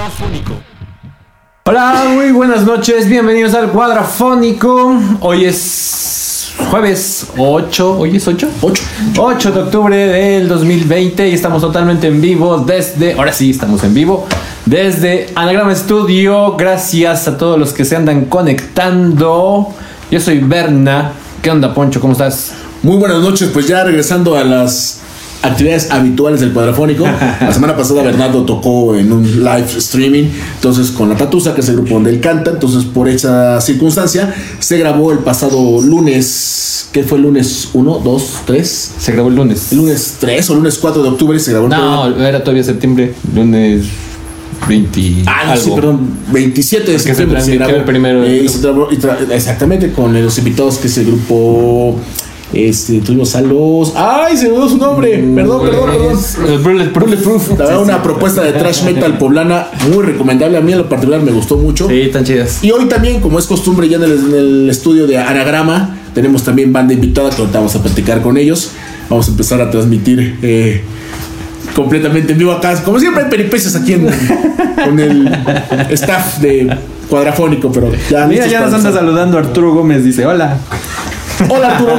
Cuadrafónico. Hola, muy buenas noches, bienvenidos al Cuadrafónico. Hoy es jueves 8, ¿hoy es 8? 8 de octubre del 2020 y estamos totalmente en vivo desde, ahora sí estamos en vivo, desde Anagrama Studio. Gracias a todos los que se andan conectando. Yo soy Berna. ¿Qué onda, Poncho? ¿Cómo estás? Muy buenas noches, pues ya regresando a las actividades habituales del Cuadrafónico. La semana pasada Bernardo tocó en un live streaming, entonces con La Tatusa, que es el grupo donde él canta. Entonces por esa circunstancia se grabó el pasado lunes. ¿Qué fue el lunes? ¿1, 2, 3? Se grabó el lunes. El lunes 3 o lunes 4 de octubre se grabó el No, era todavía septiembre. Lunes 20. no, sí, perdón, 27 de septiembre se grabó el primero. Exactamente, con los invitados, que es el grupo. Tuvimos a los. ¡Ay! Se me dio su nombre. Perdón. Bulletproof. La verdad, una propuesta de thrash metal poblana muy recomendable. A mí en lo particular me gustó mucho. Sí, tan chidas. Y hoy también, como es costumbre ya en el estudio de Anagrama, tenemos también banda invitada que ahorita vamos a platicar con ellos. Vamos a empezar a transmitir completamente en vivo acá. Como siempre hay peripecias aquí con el staff de Cuadrafónico, pero ya. Mira, ya nos anda saludando Arturo Gómez, dice hola. Hola, Arturo.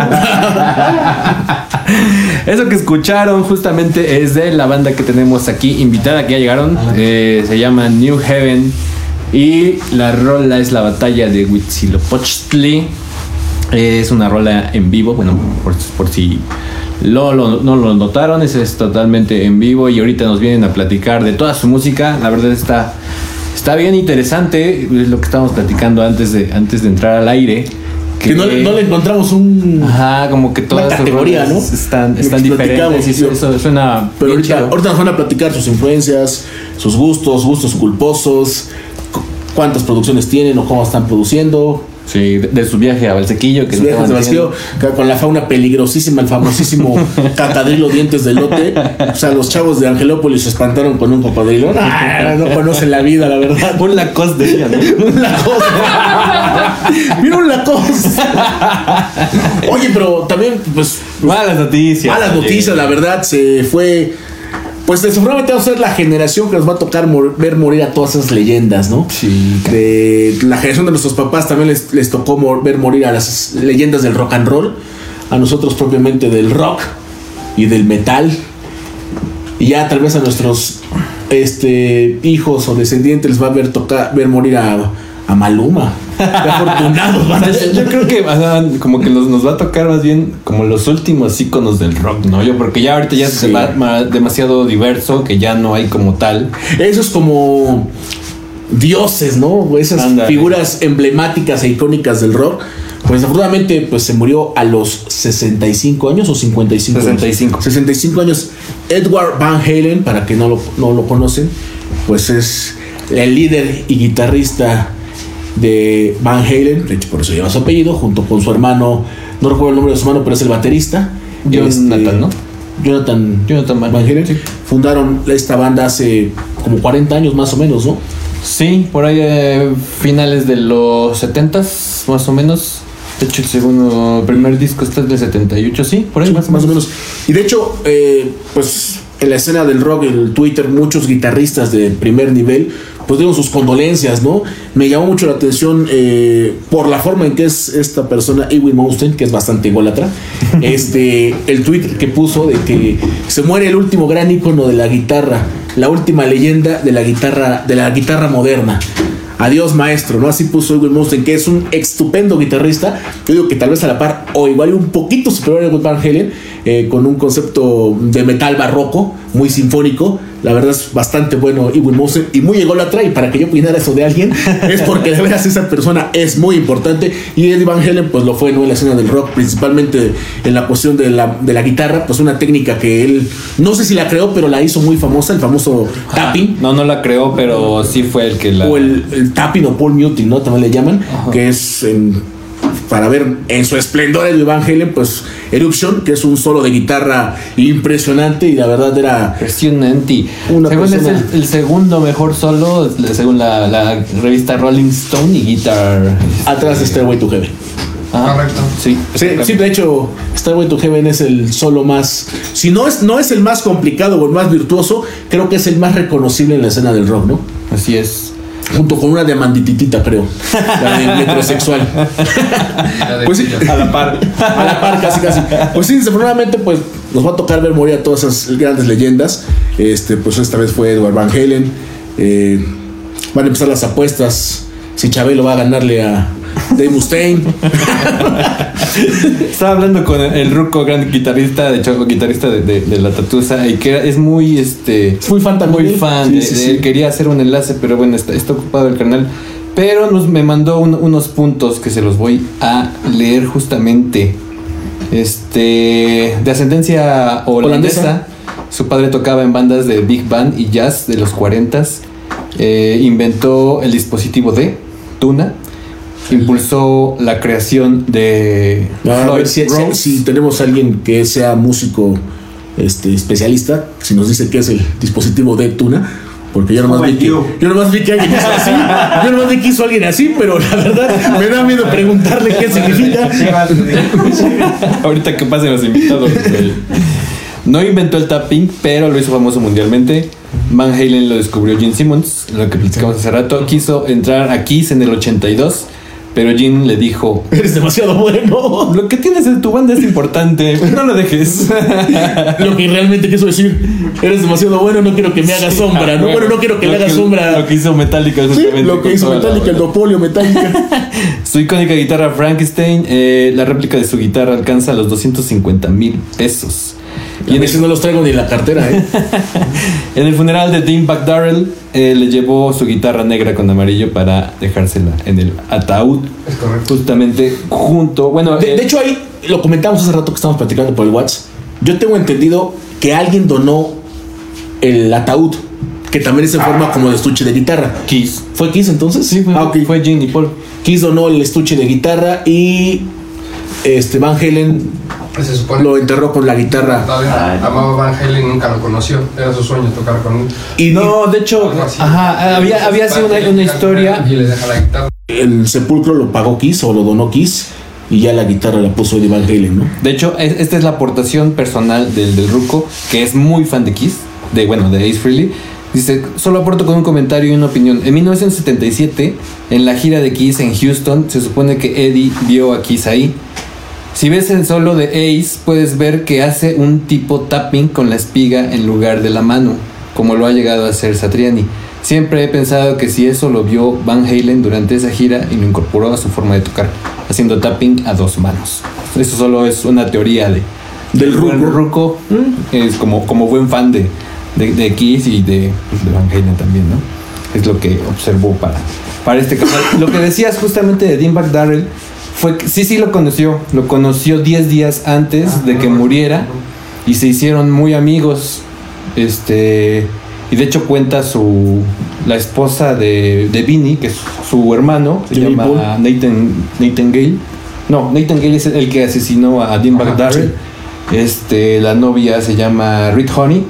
Eso que escucharon justamente es de la banda que tenemos aquí invitada, que ya llegaron. Se llama New Heaven y la rola es La Batalla de Huitzilopochtli. Es una rola en vivo, bueno, por si no lo notaron, es totalmente en vivo y ahorita nos vienen a platicar de toda su música. La verdad está bien interesante, es lo que estábamos platicando antes de entrar al aire. Que no le encontramos como que todas una categoría, ¿no? Están diferentes y eso suena. Pero ahorita nos van a platicar sus influencias, sus gustos culposos, cuántas producciones tienen o cómo están produciendo. Sí, de su viaje a Valsequillo, que con la fauna peligrosísima, el famosísimo cacadrilo dientes de lote. O sea, los chavos de Angelópolis se espantaron con un cocodrilo. No conocen la vida, la verdad. Un Lacoste de ella, ¿no? Un Lacoste. Mira, un Lacoste. Oye, pero también, pues. Malas noticias, la verdad, se fue. Pues desafortunadamente vamos a ser la generación que nos va a tocar ver morir a todas esas leyendas, ¿no? Sí. De la generación de nuestros papás también les tocó ver morir a las leyendas del rock and roll. A nosotros propiamente del rock y del metal. Y ya tal vez a nuestros hijos o descendientes les va a ver morir a Maluma. Qué afortunados van a ser. Yo creo que como que nos va a tocar más bien como los últimos íconos del rock, ¿no? Porque ya ahorita ya es demasiado diverso, que ya no hay como tal. Eso es como dioses, ¿no? Esas figuras emblemáticas e icónicas del rock. Pues afortunadamente pues se murió a los 65 años o 55 65 años. Edward Van Halen, para que no lo conocen, pues es el líder y guitarrista de Van Halen, de hecho por eso lleva su apellido, junto con su hermano, no recuerdo el nombre de su hermano, pero es el baterista. Jonathan, ¿no? Jonathan Van Halen. Sí. Fundaron esta banda hace como 40 años más o menos, ¿no? Sí, por ahí finales de los 70s, más o menos. De hecho, el primer disco está del 78, sí, por ahí sí, más o menos. Y de hecho, pues en la escena del rock, en el Twitter, muchos guitarristas de primer nivel pues dieron sus condolencias, ¿no? Me llamó mucho la atención por la forma en que es esta persona, Ewan Mustaine, que es bastante ególatra. El tweet que puso de que se muere el último gran ícono de la guitarra, la última leyenda de la guitarra moderna. Adiós, maestro, ¿no? Así puso Ewan Mustaine, que es un estupendo guitarrista. Yo digo que tal vez a la par o igual un poquito superior a Edward Van Halen, con un concepto de metal barroco, muy sinfónico. La verdad es bastante bueno Ewan Mustaine y muy ególatra. Y para que yo opinara eso de alguien es porque de veras esa persona es muy importante. Y Eddie Van Halen pues lo fue, ¿no? En la escena del rock, principalmente en la cuestión de la guitarra, pues una técnica que él, no sé si la creó, pero la hizo muy famosa, el famoso tapping. No la creó, pero sí fue el que la... O el tapping o pole muting, ¿no? También le llaman. Ajá. Que es para ver en su esplendor el Van Halen, pues Eruption, que es un solo de guitarra impresionante y la verdad era impresionante. Según es el segundo mejor solo, según la revista Rolling Stone y Guitar. Atrás de Stairway to Heaven. Correcto. Sí, Sí, de hecho, Stairway to Heaven es el solo más. Si no es el más complicado o el más virtuoso, creo que es el más reconocible en la escena del rock, ¿no? así es. Junto con una diamantitita, creo. La de metrosexual. Pues sí, A la par. a la par, casi. Pues sí, desafortunadamente, pues nos va a tocar ver morir a todas esas grandes leyendas. Pues esta vez fue Edward Van Halen. Van a empezar las apuestas. Si Chabelo va a ganarle a Dave Mustaine. Estaba hablando con el ruco, gran guitarrista, de hecho, guitarrista de La Tatusa, y que es muy, Es muy fan también. muy fan Sí, de, sí, de sí. él. Quería hacer un enlace, pero bueno, está ocupado el canal. Pero me mandó unos puntos que se los voy a leer justamente. De ascendencia holandesa. Su padre tocaba en bandas de big band y jazz de los 40s. Inventó el dispositivo D, Tuna. Impulsó la creación de A Floyd ver Rose. si tenemos a alguien que sea músico especialista, si nos dice qué es el dispositivo de Tuna, porque yo nomás vi que alguien hizo así. Yo nomás vi que hizo alguien así, pero la verdad me da miedo preguntarle qué significa. Ahorita que pasen los invitados. güey. No inventó el tapping, pero lo hizo famoso mundialmente. Van Halen lo descubrió Gene Simmons, lo que platicamos hace rato. Quiso entrar a Kiss en el 82, pero Gene le dijo: Eres demasiado bueno. lo que tienes en tu banda es importante, no lo dejes. Lo que realmente quiso decir, eres demasiado bueno, no quiero que me haga sombra. No, bueno, no quiero que le haga sombra. Lo que hizo Metallica, Sí, justamente, lo que con hizo toda la Metallica, el banda. Dopolio Metallica. Su icónica guitarra Frankenstein, la réplica de su guitarra alcanza los 250,000 pesos. Y en ese no los traigo ni en la cartera, En el funeral de Dimebag Darrell, le llevó su guitarra negra con amarillo para dejársela en el ataúd. Es correcto. Justamente junto. Bueno, De hecho, ahí lo comentamos hace rato que estábamos platicando por el WhatsApp. Yo tengo entendido que alguien donó el ataúd, que también es en forma como de estuche de guitarra. Kiss. ¿Fue Kiss entonces? Sí, fue, ok. fue Gene y Paul. Kiss donó el estuche de guitarra y Van Halen Se supone lo enterró con la guitarra. todavía amaba Van Halen, nunca lo conoció. Era su sueño tocar con él. Y No, de hecho, Algo así. ajá, había sido una historia. Y le deja la guitarra. el sepulcro lo pagó Kiss o lo donó Kiss y ya la guitarra la puso Eddie Van Halen, ¿no? De hecho, esta es la aportación personal del Ruco, que es muy fan de Kiss, de Ace Frehley. Dice: solo aporto con un comentario y una opinión. En 1977, en la gira de Kiss en Houston, se supone que Eddie vio a Kiss ahí. Si ves el solo de Ace, puedes ver que hace un tipo tapping con la espiga en lugar de la mano, como lo ha llegado a hacer Satriani. Siempre he pensado que si eso lo vio Van Halen durante esa gira y lo incorporó a su forma de tocar, haciendo tapping a dos manos. Eso solo es una teoría Del buen Ruco. Ruco. Es como buen fan de Kiss y de Van Halen también, ¿no? Es lo que observó para este canal. Lo que decías justamente de Dimebag Darrell fue que sí lo conoció 10 días antes de que muriera y se hicieron muy amigos. Y de hecho cuenta la esposa de Vinny, que es su hermano, se Jimmy llama Paul. Nathan Gale. No, Nathan Gale es el que asesinó a Dimebag Darrell. La novia se llama Reed Honey.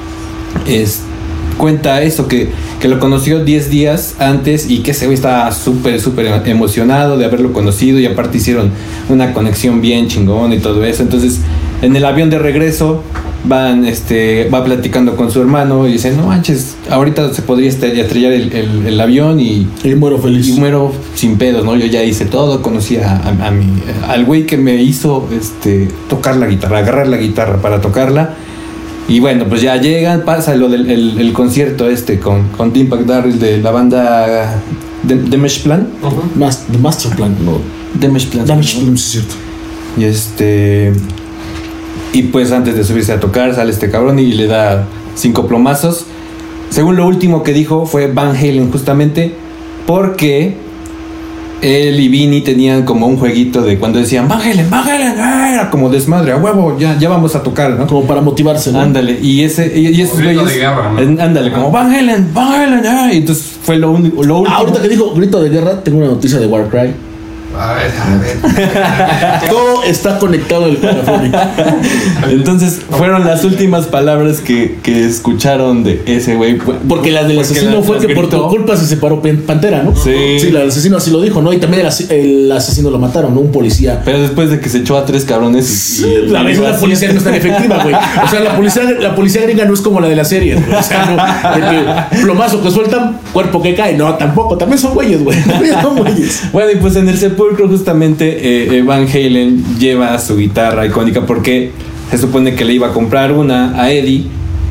Cuenta eso, que lo conoció 10 días antes y que ese güey estaba súper emocionado de haberlo conocido, y aparte hicieron una conexión bien chingona y todo eso. Entonces, en el avión de regreso va platicando con su hermano y dice: no manches, ahorita se podría estrellar el avión y muero feliz. y muero sin pedos, ¿no? Yo ya hice todo, conocí al güey que me hizo tocar la guitarra, agarrar la guitarra para tocarla. Y bueno, pues ya llegan, pasa lo del el concierto con Dimebag Darrell de la banda Damage Plan. The Master Plan, no. Damage Plan. Damage Plan, sí es cierto. Y pues antes de subirse a tocar sale este cabrón y le da 5 plomazos. Según lo último que dijo fue Van Halen, justamente porque él y Vinny tenían como un jueguito de cuando decían Van Halen, era como desmadre, a huevo, ya vamos a tocar, ¿no? Como para motivarse, ¿no? Ándale, y esos Grito güeyes, de guerra, ¿no? ándale, como Van Halen, y entonces fue lo último. Ahorita que dijo grito de guerra, tengo una noticia de Warcry. A ver. Todo está conectado en el Parafónico. Entonces fueron las últimas palabras que escucharon de ese güey. Porque la del asesino fue que por tu culpa se separó Pantera, ¿no? Sí. Sí, la del asesino así lo dijo, ¿no? Y también el asesino lo mataron, ¿no? Un policía. Pero después de que se echó a 3 cabrones La vez la policía no es tan efectiva, güey. O sea, la policía gringa no es como la de la serie, güey. O sea, no, de que plomazo que sueltan, cuerpo que cae. No, tampoco. También son güeyes, güey. También son güeyes. Bueno, y pues en el sepulcro justamente Van Halen lleva su guitarra icónica porque se supone que le iba a comprar una a Eddie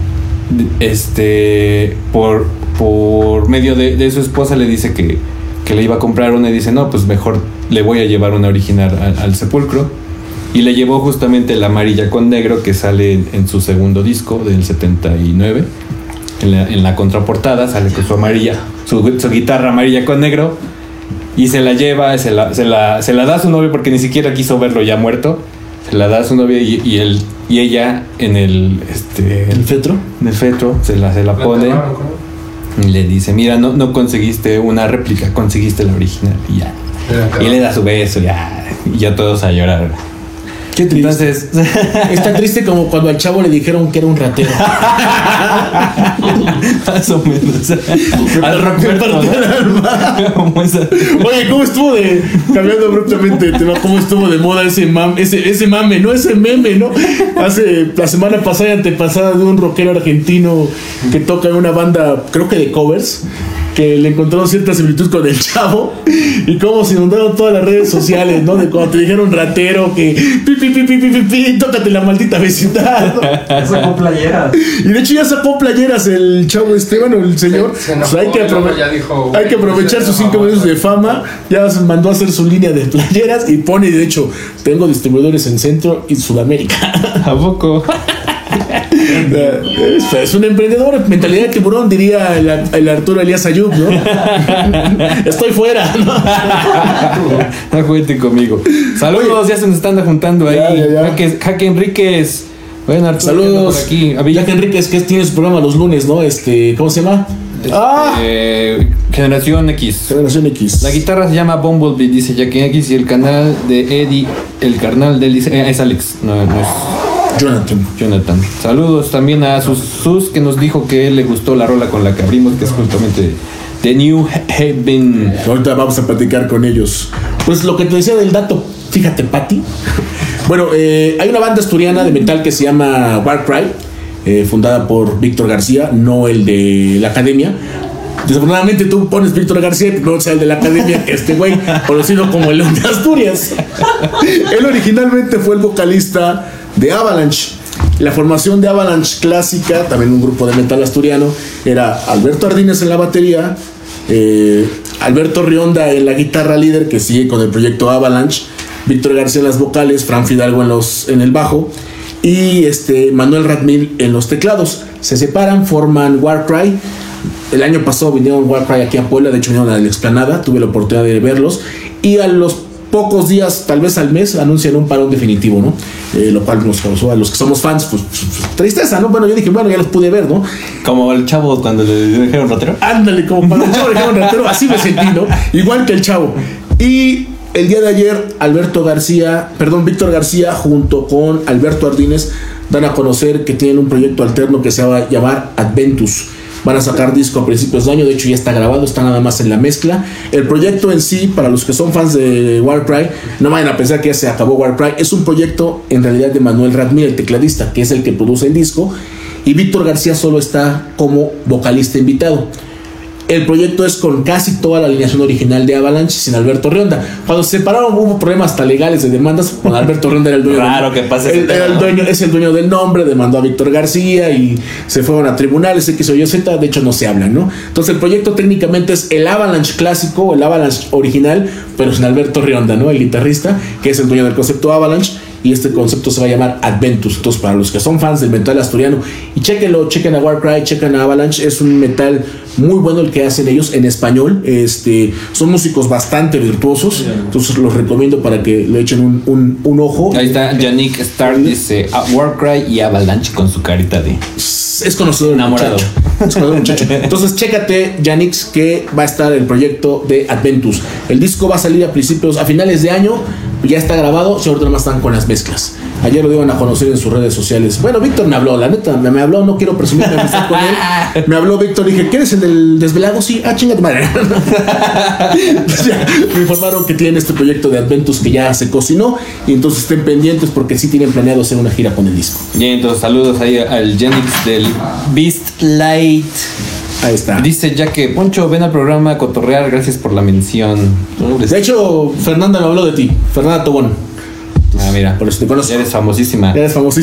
por medio de su esposa. Le dice que le iba a comprar una y dice, no, pues mejor le voy a llevar una original al sepulcro. Y le llevó justamente la amarilla con negro que sale en su segundo disco del 79. En la contraportada sale con su amarilla, su guitarra amarilla con negro. Y se la lleva, se la da a su novio porque ni siquiera quiso verlo ya muerto. Se la da a su novio y ella en el fetro. En el fetro se la pone y le dice, mira, no conseguiste una réplica, conseguiste la original. Y ya. Y le da su beso, y ya todos a llorar. Qué triste. Entonces, está triste como cuando al chavo le dijeron que era un ratero. Más o menos. Al Roberto, Oye, ¿cómo estuvo cambiando abruptamente de tema, cómo estuvo de moda ese mame, no ese meme, ¿no? La semana pasada y antepasada de un rockero argentino que toca en una banda, creo que de covers, que le encontraron cierta similitud con el chavo y cómo se inundaron todas las redes sociales, ¿no? De cuando te dijeron ratero, que tócate la maldita vecindad, ¿no? Ya sacó playeras. Y de hecho ya sacó playeras el chavo Esteban, o el señor. Pues hay que aprovechar sus 5 minutos de fama. Ya se mandó a hacer su línea de playeras y pone, de hecho, tengo distribuidores en Centro y Sudamérica. ¿A poco? Es un emprendedor, mentalidad de tiburón, diría el Arturo Elías Ayub, ¿no? Estoy fuera, ¿no? No cuenten conmigo. Saludos, ya se nos están juntando ahí. Ya. Jaque Enríquez. Bueno, Arturo, saludos por aquí. Jaque Enríquez, que tiene su programa los lunes, ¿no? ¿Cómo se llama? Generación X. Generación X. La guitarra se llama Bumblebee, dice Jaque X, y el canal de Eddie, el carnal de él dice, es Alex, no es Jonathan. Saludos también a Sus que nos dijo que le gustó la rola con la que abrimos, que es justamente The New Heaven. Ahorita vamos a platicar con ellos. Pues lo que te decía del dato, fíjate, Pati. Bueno, hay una banda asturiana de metal que se llama Warcry, fundada por Víctor García, no el de la Academia. Desafortunadamente tú pones Víctor García y no sea el de la Academia, este güey, conocido como el León de Asturias. Él originalmente fue el vocalista de Avalanche. La formación de Avalanche clásica, también un grupo de metal asturiano, era Alberto Ardínez en la batería, Alberto Rionda en la guitarra líder, que sigue con el proyecto Avalanche, Víctor García en las vocales, Fran Fidalgo en el bajo y Manuel Radmil en los teclados. Se separan, forman Warcry. El año pasado vinieron Warcry aquí a Puebla, de hecho vinieron a la Explanada, tuve la oportunidad de verlos y a los pocos días, tal vez al mes, anuncian un parón definitivo, ¿no? Lo cual nos causó a los que somos fans, pues tristeza, ¿no? Bueno, yo dije, bueno, ya los pude ver, ¿no? Como el chavo cuando le dijeron ratero. Ándale, como cuando el chavo le dijeron ratero, así me sentí, ¿no? Igual que el chavo. Y el día de ayer, Víctor García, junto con Alberto Ardínez, dan a conocer que tienen un proyecto alterno que se va a llamar Adventus. Van a sacar disco a principios de año, de hecho ya está grabado, está nada más en la mezcla. El proyecto en sí, para los que son fans de Warcry, no vayan a pensar que ya se acabó Warcry. Es un proyecto en realidad de Manuel Radmil, el tecladista, que es el que produce el disco, y Víctor García solo está como vocalista invitado. El proyecto es con casi toda la alineación original de Avalanche, sin Alberto Rionda. Cuando se separaron hubo problemas hasta legales de demandas. Con Alberto Rionda era el dueño. Raro que pase. Es el dueño del nombre, demandó a Víctor García y se fueron a tribunales, X o Y, Z, de hecho no se hablan, ¿no? Entonces el proyecto técnicamente es el Avalanche clásico, el Avalanche original, pero sin Alberto Rionda, ¿no? El guitarrista, que es el dueño del concepto Avalanche. y este concepto se va a llamar Adventus. Entonces, para los que son fans del metal asturiano, y chequen a Warcry, chequen a Avalanche, es un metal muy bueno el que hacen ellos en español. Son músicos bastante virtuosos, entonces los recomiendo para que le echen un ojo. Ahí está Yannick Starr, dice Warcry y Avalanche con su carita de... Es conocido enamorado. Muchacho. Entonces, chécate, Yanix, que va a estar el proyecto de Adventus. El disco va a salir a finales de año. Ya está grabado, si ahorita nomás están con las mezclas. Ayer lo iban a conocer en sus redes sociales. Bueno, Víctor me habló, la neta, me habló, no quiero presumir mi amistad con él. Me habló Víctor, dije, ¿quieres el del desvelado? Sí, chinga tu madre. Me informaron que tienen este proyecto de Adventus que ya se cocinó, y entonces estén pendientes porque sí tienen planeado hacer una gira con el disco. Bien, entonces saludos ahí al Genix del Beast Light. Ahí está. Dice ya que Poncho, ven al programa a cotorrear, gracias por la mención. De hecho, Fernanda me habló de ti, Fernanda Tobón. Mira, por eso te conozco. Eres famosísima.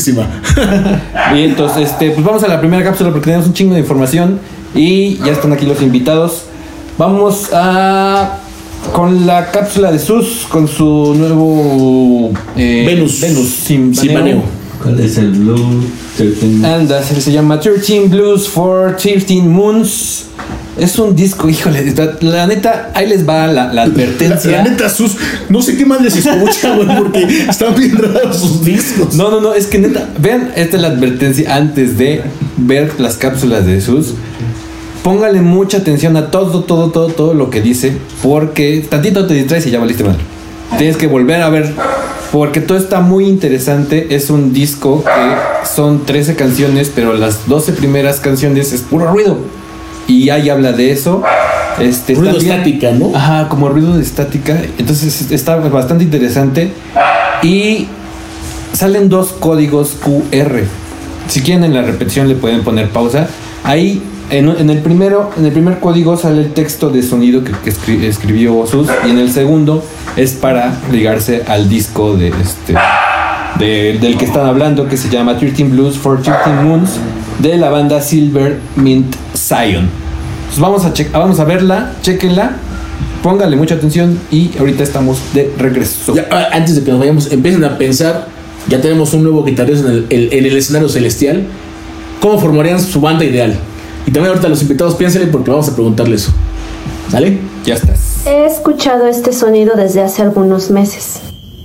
Y entonces, pues vamos a la primera cápsula porque tenemos un chingo de información y ya están aquí los invitados. Vamos con la cápsula de Sus, con su nuevo Venus Simpaneo. ¿Cuál es el Blue 13? Anda, se llama 13 Blues for 13 Moons. Es un disco, híjole, la neta, ahí les va la advertencia. La neta, Sus, no sé qué más les escucha, güey, porque están bien raros sus discos. No, es que neta, vean, esta es la advertencia antes de ver las cápsulas de Sus. Póngale mucha atención a todo lo que dice, porque tantito te distraes y ya valiste madre. Tienes que volver a ver, porque todo está muy interesante. Es un disco que son 13 canciones, pero las 12 primeras canciones es puro ruido. Y ahí habla de eso. Ruido también, estática, ¿no? Ajá, como ruido de estática. Entonces está bastante interesante. Y salen 2 códigos QR. Si quieren en la repetición le pueden poner pausa. Ahí en el primer código sale el texto de sonido que escribió Sus. Y en el segundo es para ligarse al disco del que están hablando, que se llama 13 Blues for 13 Moons, de la banda Silver Mint Zion. Pues vamos a verla, chequenla, pónganle mucha atención y ahorita estamos de regreso. Ya, antes de que nos vayamos, empiecen a pensar, ya tenemos un nuevo guitarrista en el escenario celestial. ¿Cómo formarían su banda ideal? Y también ahorita los invitados piénsenle porque vamos a preguntarle eso. ¿Sale? Ya estás. He escuchado este sonido desde hace algunos meses.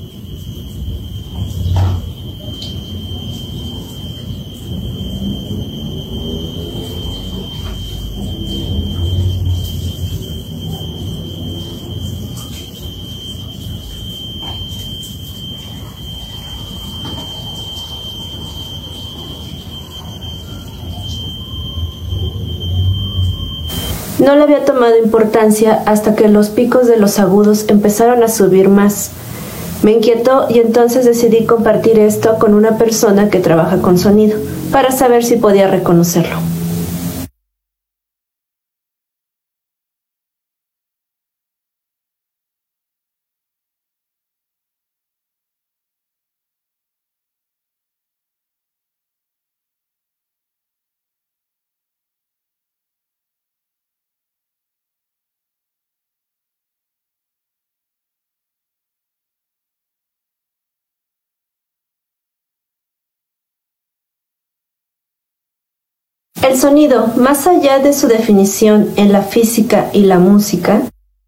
No le había tomado importancia hasta que los picos de los agudos empezaron a subir más. Me inquietó y entonces decidí compartir esto con una persona que trabaja con sonido, para saber si podía reconocerlo. El sonido, más allá de su definición en la física y la música,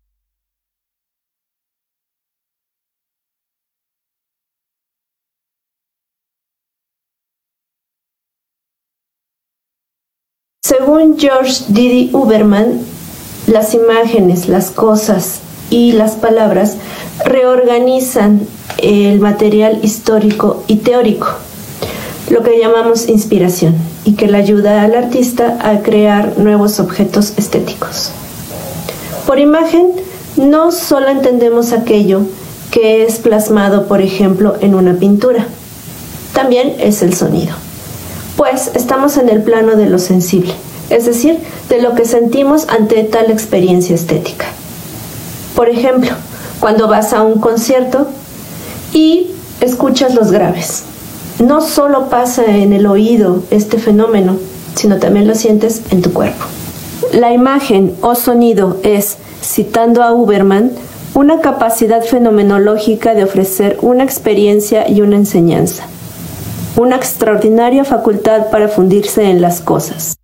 según George Didi Uberman, las imágenes, las cosas y las palabras reorganizan el material histórico y teórico, lo que llamamos inspiración, y que le ayuda al artista a crear nuevos objetos estéticos. Por imagen, no solo entendemos aquello que es plasmado, por ejemplo, en una pintura, también es el sonido, pues estamos en el plano de lo sensible, es decir, de lo que sentimos ante tal experiencia estética. Por ejemplo, cuando vas a un concierto y escuchas los graves, no solo pasa en el oído este fenómeno, sino también lo sientes en tu cuerpo. La imagen o sonido es, citando a Uberman, una capacidad fenomenológica de ofrecer una experiencia y una enseñanza, una extraordinaria facultad para fundirse en las cosas.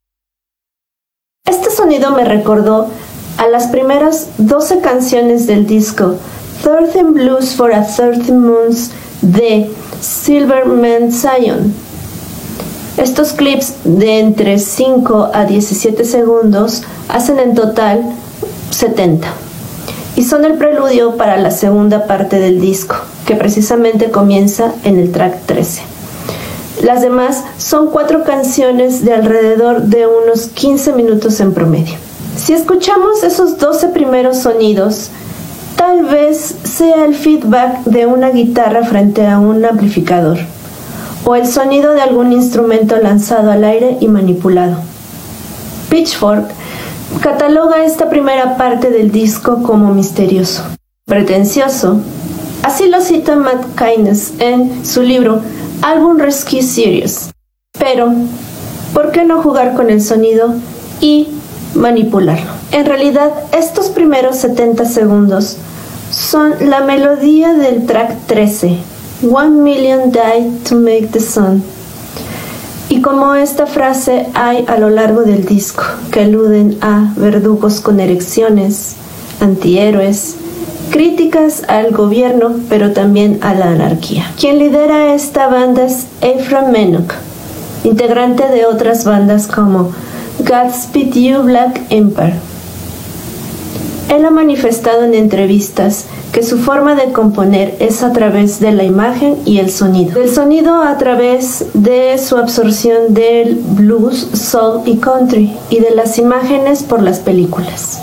Este sonido me recordó a las primeras 12 canciones del disco 13 Blues for a 13 Moons de Silverman Zion. Estos clips de entre 5 a 17 segundos hacen en total 70 y son el preludio para la segunda parte del disco, que precisamente comienza en el track 13. Las demás son 4 canciones de alrededor de unos 15 minutos en promedio. Si escuchamos esos 12 primeros sonidos, tal vez sea el feedback de una guitarra frente a un amplificador, o el sonido de algún instrumento lanzado al aire y manipulado. Pitchfork cataloga esta primera parte del disco como misterioso, pretencioso. Así lo cita Matt Keynes en su libro Album Rescue Series. Pero, ¿por qué no jugar con el sonido y manipularlo? En realidad, estos primeros 70 segundos son la melodía del track 13, 1 million died to make the sun. Y como esta frase hay a lo largo del disco, que aluden a verdugos con erecciones, antihéroes, críticas al gobierno, pero también a la anarquía. Quien lidera esta banda es Ephraim Menoch, integrante de otras bandas como Godspeed You Black Empire. Él ha manifestado en entrevistas que su forma de componer es a través de la imagen y el sonido. El sonido a través de su absorción del blues, soul y country, y de las imágenes por las películas.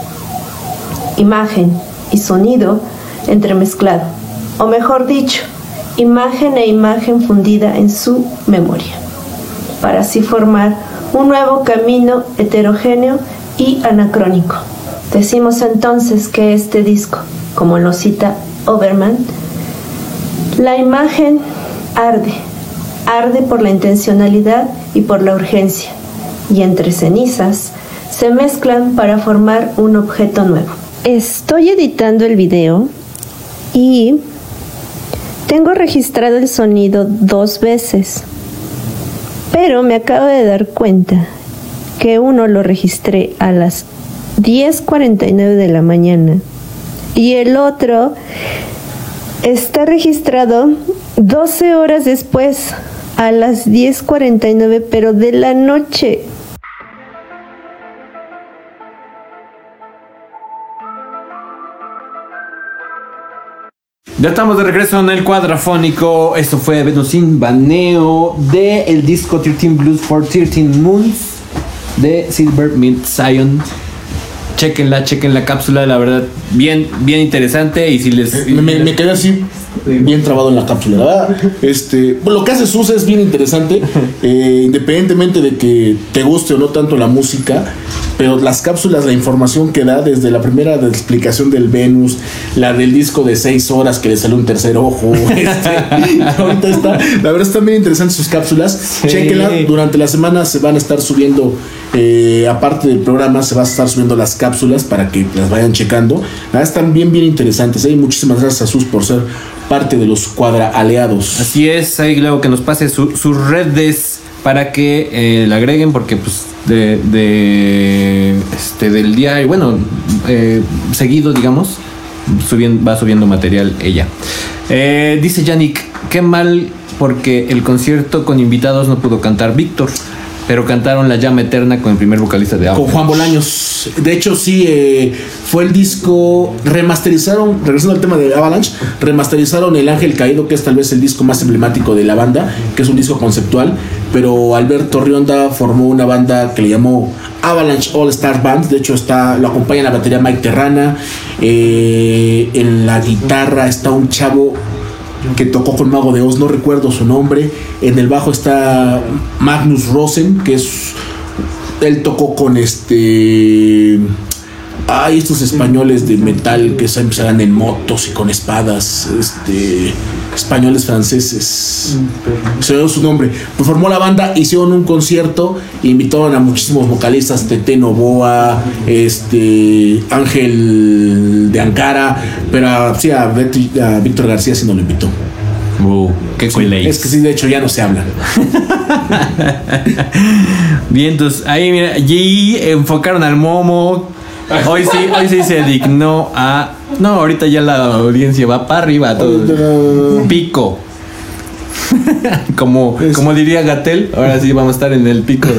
Imagen y sonido entremezclado, o mejor dicho, imagen e imagen fundida en su memoria, para así formar un nuevo camino heterogéneo y anacrónico. Decimos entonces que este disco, como lo cita Uberman, la imagen arde por la intencionalidad y por la urgencia, y entre cenizas se mezclan para formar un objeto nuevo. Estoy editando el video y tengo registrado el sonido 2 veces, pero me acabo de dar cuenta que uno lo registré a las 10:49 de la mañana y el otro está registrado 12 horas después, a las 10:49, pero de la noche. Ya estamos de regreso en el Cuadrafónico. Esto fue Venus sin Baneo de el disco 13 Blues for 13 Moons de Silverman Zion. Chequen la cápsula, la verdad, bien interesante. Y si les... Me quedé así, bien trabado en la cápsula, la verdad. Lo que hace Sus es bien interesante, independientemente de que te guste o no tanto la música, pero las cápsulas, la información que da, desde la primera de explicación del Venus, la del disco de 6 horas que le salió un tercer ojo, ahorita está, la verdad están bien interesantes sus cápsulas. Sí. Chéquenla, durante la semana se van a estar subiendo, aparte del programa, se va a estar subiendo las cápsulas para que las vayan checando. La verdad están bien interesantes, y muchísimas gracias a Sus por ser parte de los Cuadraaleados. Así es, ahí luego que nos pase sus redes para que la agreguen, porque pues del día, y bueno, seguido, digamos, va subiendo material ella. Dice Yannick, qué mal porque el concierto con invitados no pudo cantar Víctor, pero cantaron La Llama Eterna con el primer vocalista de Avalanche. Con Juan Bolaños. De hecho, sí, fue el disco. Remasterizaron, regresando al tema de Avalanche, remasterizaron El Ángel Caído, que es tal vez el disco más emblemático de la banda, que es un disco conceptual. Pero Alberto Rionda formó una banda que le llamó Avalanche All Star Band. De hecho, lo acompaña en la batería Mike Terrana. En la guitarra está un chavo que tocó con Mago de Oz, no recuerdo su nombre. En el bajo está Magnus Rosen, que él tocó con Hay estos españoles de metal que siempre salen en motos y con espadas, españoles franceses. Se dio su nombre. Pues formó la banda, hicieron un concierto, invitaron a muchísimos vocalistas, Tete Novoa, Ángel de Ankara, pero sí a Víctor García sí no lo invitó. Qué Sí, es que sí, de hecho ya no se hablan. Bien, entonces ahí mira, y enfocaron al Momo. Hoy sí se dignó a. No, ahorita ya la audiencia va para arriba todo. Pico. Como diría Gatell, ahora sí vamos a estar en el pico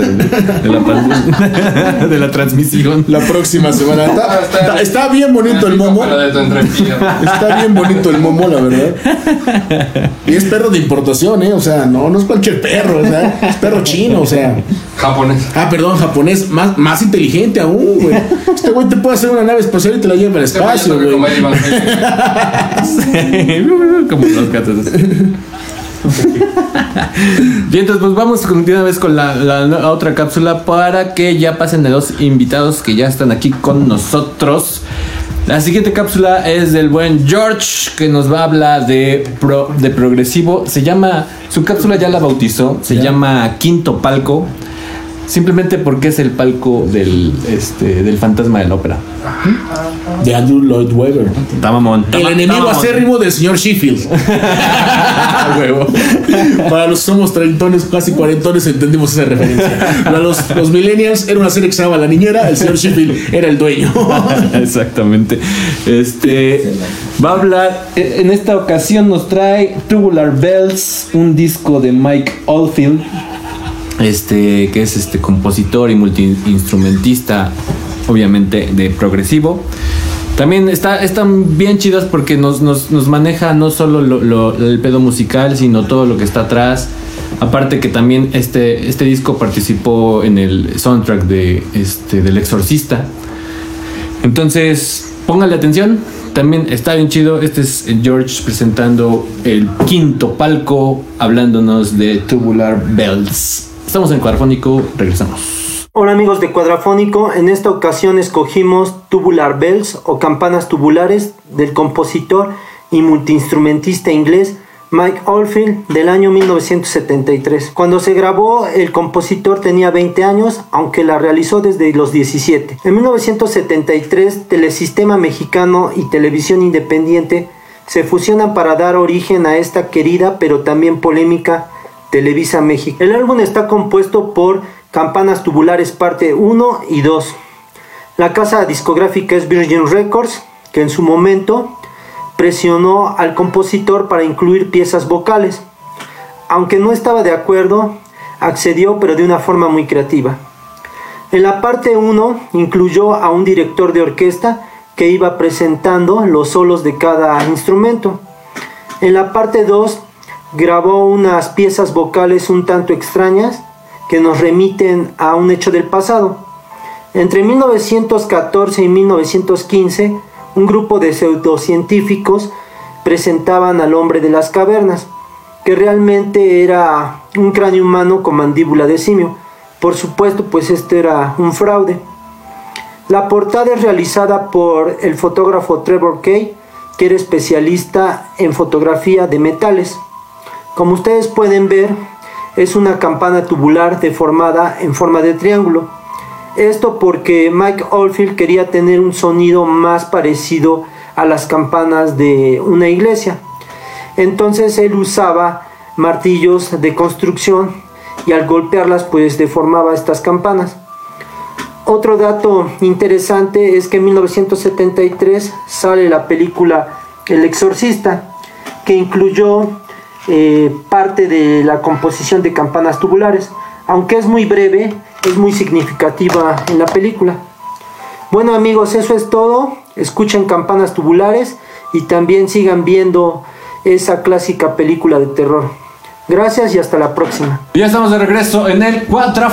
de la transmisión. La próxima semana. Está bien bonito el Momo. Está bien bonito el Momo, la verdad. Y es perro de importación, o sea, no es cualquier perro, o sea, es perro chino, o sea. Japonés. Perdón, japonés, más inteligente aún, güey. Este güey te puede hacer una nave espacial y te la lleva al espacio, güey. Como los gatos. Bien, entonces pues vamos de una vez con la otra cápsula para que ya pasen a los invitados que ya están aquí con nosotros. La siguiente cápsula es del buen George, que nos va a hablar de progresivo. Se llama, su cápsula ya la bautizó, se llama Quinto Palco. Simplemente porque es el palco del fantasma de la ópera. De Andrew Lloyd Webber. El enemigo acérrimo del señor Sheffield. Huevo. Para los que somos treintones, casi cuarentones, entendimos esa referencia. Para los millennials era una serie que se llamaba La Niñera, el señor Sheffield era el dueño. Exactamente. Va a hablar, en esta ocasión nos trae Tubular Bells, un disco de Mike Oldfield. Que es compositor y multiinstrumentista, obviamente de progresivo. También están bien chidas porque nos maneja no solo el pedo musical, sino todo lo que está atrás. Aparte que también este disco participó en el soundtrack del Exorcista. Entonces, póngale atención. También está bien chido. Este es George presentando el Quinto Palco, hablándonos de Tubular Bells. Estamos en Cuadrafónico, regresamos. Hola amigos de Cuadrafónico, en esta ocasión escogimos Tubular Bells o Campanas Tubulares del compositor y multiinstrumentista inglés Mike Oldfield del año 1973. Cuando se grabó, el compositor tenía 20 años, aunque la realizó desde los 17. En 1973, Telesistema Mexicano y Televisión Independiente se fusionan para dar origen a esta querida pero también polémica Televisa México. El álbum está compuesto por Campanas Tubulares parte 1 y 2. La casa discográfica es Virgin Records, que en su momento presionó al compositor para incluir piezas vocales. Aunque no estaba de acuerdo, accedió, pero de una forma muy creativa. En la parte 1 incluyó a un director de orquesta que iba presentando los solos de cada instrumento. En la parte 2 grabó unas piezas vocales un tanto extrañas que nos remiten a un hecho del pasado. Entre 1914 y 1915, un grupo de pseudocientíficos presentaban al hombre de las cavernas, que realmente era un cráneo humano con mandíbula de simio. Por supuesto, pues este era un fraude. La portada es realizada por el fotógrafo Trevor Kay, que era especialista en fotografía de metales. Como ustedes pueden ver, es una campana tubular deformada en forma de triángulo. Esto porque Mike Oldfield quería tener un sonido más parecido a las campanas de una iglesia. Entonces él usaba martillos de construcción y al golpearlas pues deformaba estas campanas. Otro dato interesante es que en 1973 sale la película El Exorcista, que incluyó parte de la composición de campanas tubulares. Aunque es muy breve, es muy significativa en la película. Bueno amigos, eso es todo. Escuchen Campanas Tubulares y también sigan viendo esa clásica película de terror. Gracias y hasta la próxima. Ya estamos de regreso en el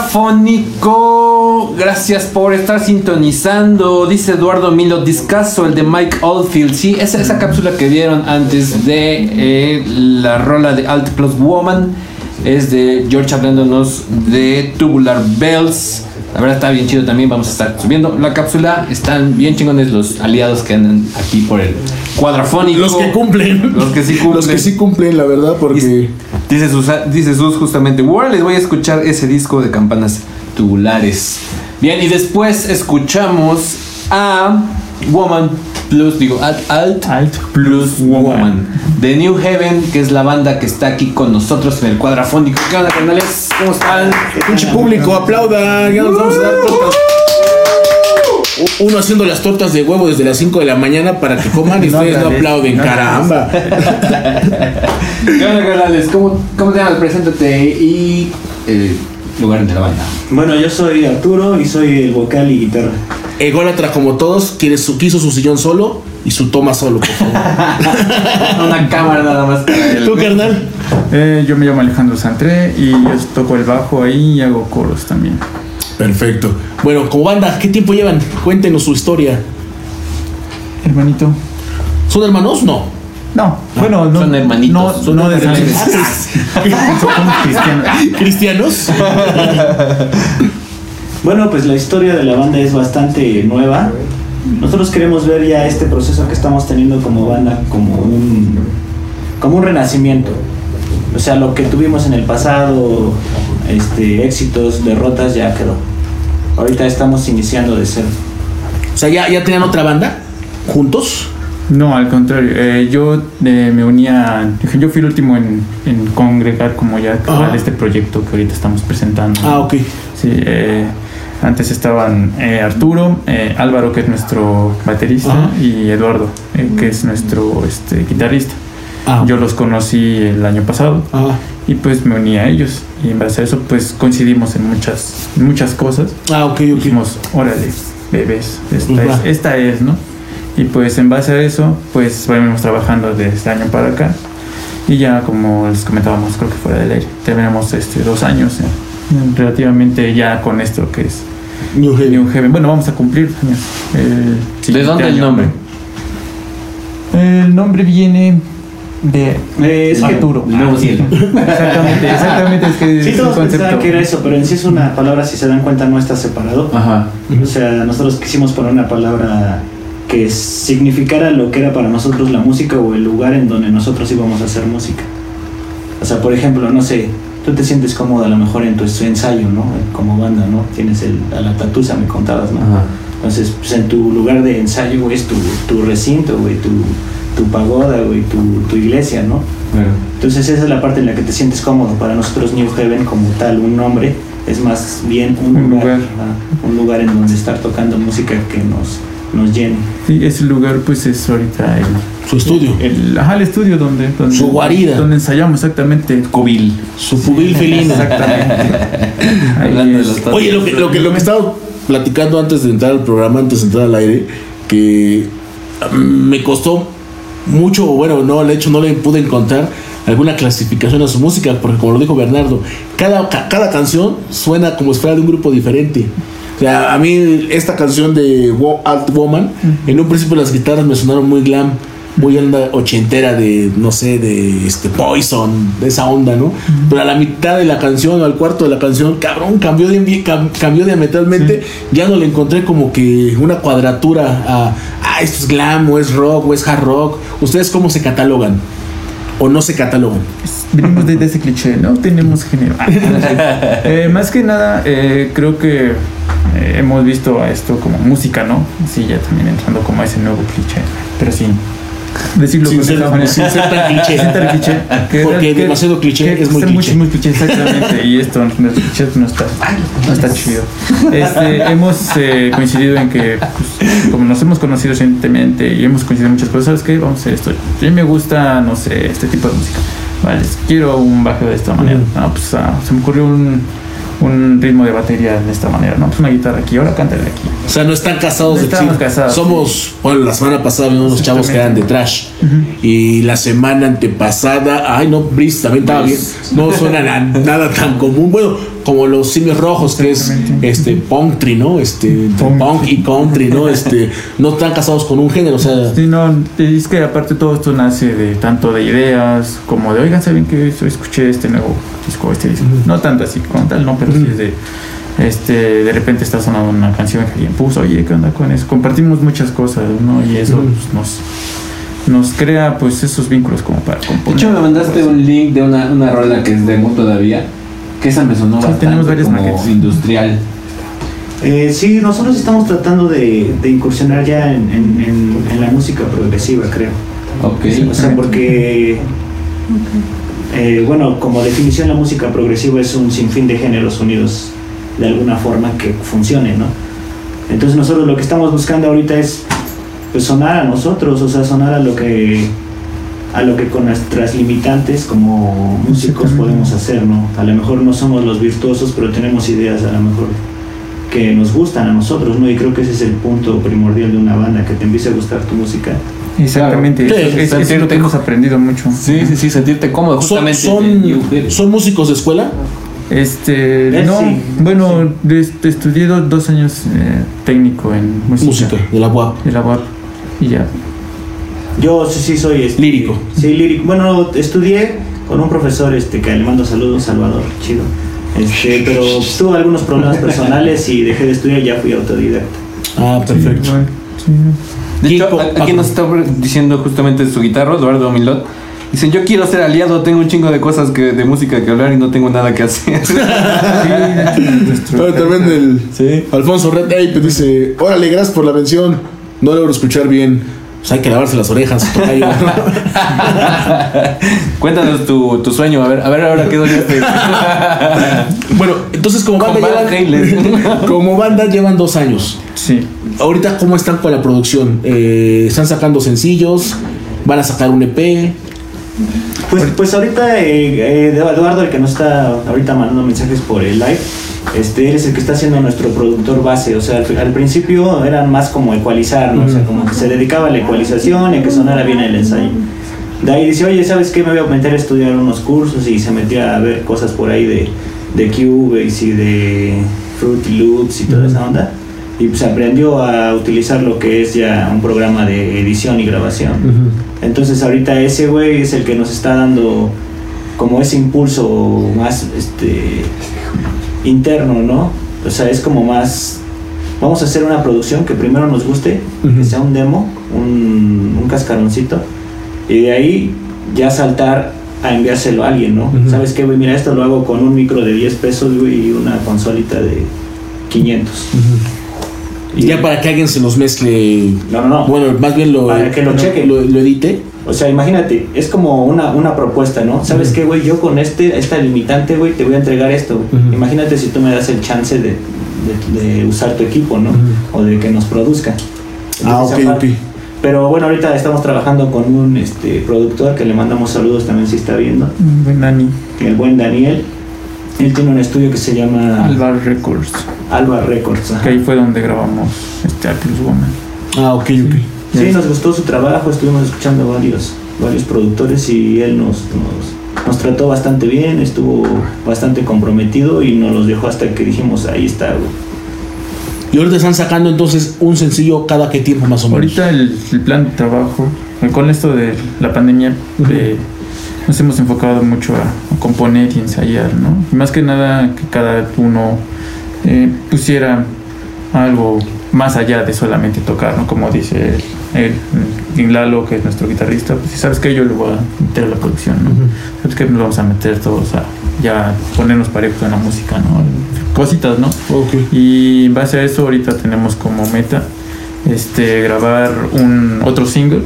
Cuadrafónico. Gracias por estar sintonizando. Dice Eduardo Milo, discazo el de Mike Oldfield. Sí, esa cápsula que vieron antes de la rola de Alt Plus Woman es de George hablándonos de Tubular Bells. La verdad está bien chido también. Vamos a estar subiendo la cápsula. Están bien chingones los aliados que andan aquí por el cuadrafónico. Los que cumplen. Los que sí cumplen. Los que sí cumplen, la verdad, porque... Dice Sus justamente, bueno, les voy a escuchar ese disco de Campanas Tubulares. Bien, y después escuchamos a Woman Plus, Alt Plus Woman de New Heaven, que es la banda que está aquí con nosotros en el cuadrafónico. ¿Qué onda, carnales? ¿Cómo están? Pinche público, aplauda. Ya nos vamos a dar tortas. Uno haciendo las tortas de huevo desde las 5 de la mañana para que coman y ustedes no aplauden, caramba. ¿Qué onda, carnales? ¿Cómo te llamas? Preséntate y lugar de la banda. Bueno, yo soy Arturo y soy el vocal y guitarra. Ególatra como todos, quiso su sillón solo y su toma solo, por favor. Una cámara nada más para él. ¿Tú, carnal? Yo me llamo Alejandro Santré y yo toco el bajo ahí y hago coros también. Perfecto. Bueno, como banda, ¿qué tiempo llevan? Cuéntenos su historia. Hermanito. ¿Son hermanos? No. No, bueno, no. Son hermanitos. No de sangre. Somos cristianos. ¿Cristianos? Bueno, pues la historia de la banda es bastante nueva. Nosotros queremos ver ya este proceso que estamos teniendo como banda como un renacimiento. O sea, lo que tuvimos en el pasado, éxitos, derrotas, ya quedó. Ahorita estamos iniciando de cero. O sea, ¿ya tenían otra banda? ¿Juntos? No, al contrario. Yo me unía. Yo fui el último en congregar como ya este proyecto que ahorita estamos presentando. Ah, ok. Sí, antes estaban Arturo, Álvaro, que es nuestro baterista, y Eduardo, que es nuestro guitarrista. Yo los conocí el año pasado y pues me uní a ellos, y en base a eso pues coincidimos en muchas cosas. Ok. Dijimos, órale, bebés, esta es, ¿no? Y pues en base a eso pues venimos trabajando desde este año para acá, y ya como les comentábamos, creo que fuera del aire, terminamos 2 años relativamente ya con esto que es New Heaven. Bueno, vamos a cumplir años. ¿De dónde el nombre? El nombre viene de Arturo. Nuevo cielo. Exactamente, es que Sí, es todos un pensaban concepto. que era eso, pero en sí es una palabra, si se dan cuenta, no está separado. Ajá. O sea, nosotros quisimos poner una palabra que significara lo que era para nosotros la música o el lugar en donde nosotros íbamos a hacer música. O sea, por ejemplo, no sé, tú te sientes cómodo a lo mejor en tu ensayo, ¿no? Como banda, ¿no? Tienes a la tatusa, me contabas, ¿no? Ajá. Entonces, pues en tu lugar de ensayo, güey, es tu recinto, güey, tu pagoda, güey, tu iglesia, ¿no? Claro. Entonces esa es la parte en la que te sientes cómodo. Para nosotros New Heaven como tal, un nombre, es más bien un lugar en donde estar tocando música que nos llene. Sí, ese lugar pues es ahorita Su estudio. el estudio donde Su guarida. donde ensayamos exactamente. Cubil. Su pubil felino. Exactamente. Hablando de Ahí es. los Oye, lo que estaba platicando antes de entrar al programa, antes de entrar al aire, que me costó mucho, bueno, no, de hecho no le pude encontrar alguna clasificación a su música, porque como lo dijo Bernardo, cada canción suena como si fuera de un grupo diferente. O sea, a mí esta canción de Alt Woman, en un principio las guitarras me sonaron muy glam, muy onda ochentera de, no sé, de Poison, de esa onda, ¿no? Pero a la mitad de la canción o al cuarto de la canción, cabrón, cambió diametralmente. Ya no le encontré como que una cuadratura a esto es glam, o es rock, o es hard rock. ¿Ustedes cómo se catalogan? ¿O no se catalogan? Venimos de ese cliché, no tenemos género. Más que nada, creo que hemos visto a esto como música, ¿no? Sí, ya también entrando como a ese nuevo cliché, pero sin decirlo Sin de ser esa manera. tan cliché. Porque demasiado cliché es muy cliché. Muy cliché, exactamente. Y esto no está chido. Hemos coincidido en que, pues, como nos hemos conocido recientemente y hemos coincidido en muchas cosas, ¿sabes qué? Vamos a hacer esto. A mí me gusta, no sé, este tipo de música. Vale, quiero un bajo de esta manera. Pues se me ocurrió un ritmo de batería de esta manera, ¿no? Pues una guitarra aquí, ahora cántale aquí. O sea, no están casados No de estamos chico. casados, Somos, bueno, la semana pasada vimos unos chavos que eran de trash. Y la semana antepasada, ay no, Brice también estaba bien. No suena nada tan común. Bueno, como los Simios Rojos, que es country, ¿no? Punk y country, ¿no? No están casados con un género, o sea. Sí, no, es que aparte todo esto nace de tanto de ideas como de, oigan, ¿saben que escuché este nuevo disco? No tanto así como tal, no, pero sí es de, De repente está sonando una canción que alguien puso, oye, ¿qué onda con eso? Compartimos muchas cosas, ¿no? Y eso pues, nos crea pues esos vínculos como para componer. De hecho, me mandaste un link de una rola que es demo todavía, que esa me sonó bastante tenemos varias como maquetas. industrial. Sí, nosotros estamos tratando de incursionar ya en la música progresiva, creo. Ok. O sea, porque, bueno, como definición, la música progresiva es un sinfín de géneros unidos de alguna forma que funcione, ¿no? Entonces nosotros lo que estamos buscando ahorita es pues sonar a nosotros, o sea, sonar a lo que con nuestras limitantes como músicos podemos hacer, ¿no? A lo mejor no somos los virtuosos, pero tenemos ideas a lo mejor que nos gustan a nosotros, ¿no? Y creo que ese es el punto primordial de una banda, que te empiece a gustar tu música. Exactamente, Claro. es lo que hemos aprendido mucho. Sí, sentirte cómodo. Justamente ¿Son músicos de escuela? No, sí. bueno, estudié 2 años técnico en música De la UAP. de la UAP y ya. Yo sí soy Lírico. Sí, lírico. Bueno, estudié con un profesor que le mando saludos, Salvador, chido. Pero tuve algunos problemas personales y dejé de estudiar y ya fui autodidacta. Ah, perfecto. De hecho, Kiko, aquí nos está diciendo justamente su guitarro, Eduardo Milot. Dicen, yo quiero ser aliado, tengo un chingo de cosas de música que hablar y no tengo nada que hacer. Pero también Alfonso Red Ape dice, órale, gracias por la mención, no logro escuchar bien. Pues hay que lavarse las orejas. Cuéntanos tu sueño, a ver ahora qué soñaste. Bueno, entonces como banda llevan 2 años. Sí. Ahorita, ¿cómo están con la producción? ¿Están sacando sencillos? ¿Van a sacar un EP? Pues ahorita Eduardo, el que nos está ahorita mandando mensajes por el live, él es el que está siendo nuestro productor base. O sea, al principio eran más como ecualizar, ¿no? O sea, como que se dedicaba a la ecualización y a que sonara bien el ensayo. De ahí dice, oye, ¿sabes qué? Me voy a meter a estudiar unos cursos, y se metía a ver cosas por ahí de Cubase y de Fruity Loops y toda esa onda. Y pues aprendió a utilizar lo que es ya un programa de edición y grabación. Entonces ahorita ese güey es el que nos está dando como ese impulso más interno, ¿no? O sea, es como más, vamos a hacer una producción que primero nos guste, que sea un demo, un cascaroncito, y de ahí ya saltar a enviárselo a alguien, ¿no? ¿Sabes qué, güey? Mira, esto lo hago con un micro de 10 pesos, güey, y una consolita de 500. Y ya para que alguien se los mezcle. No. Bueno, más bien para que lo cheque. Lo edite. O sea, imagínate, es como una propuesta, ¿no? ¿Sabes qué, güey? Yo con esta limitante, güey, te voy a entregar esto. Imagínate si tú me das el chance de usar tu equipo, ¿no? O de que nos produzca. Entonces, Ok. Pero bueno, ahorita estamos trabajando con un productor que le mandamos saludos también si está viendo. Buen Dani. El buen Daniel. Él tiene un estudio que se llama Alba Records. Alba Records. Ajá. Que ahí fue donde grabamos Plus Woman. Ok. Sí, nos gustó su trabajo, estuvimos escuchando varios productores y él nos trató bastante bien, estuvo bastante comprometido y nos los dejó hasta que dijimos, ahí está, güey. Y ahorita están sacando entonces un sencillo cada qué tiempo más o menos. Ahorita el plan de trabajo, con esto de la pandemia, nos hemos enfocado mucho a componer y ensayar, ¿no? Y más que nada que cada uno pusiera algo más allá de solamente tocar, ¿no? Como dice Lalo, que es nuestro guitarrista, pues si sabes que yo le voy a meter a la producción, ¿no? Sabes que nos vamos a meter todos a ya ponernos parejos en la música, ¿no? Cositas, ¿no? Y en base a eso ahorita tenemos como meta grabar otro single,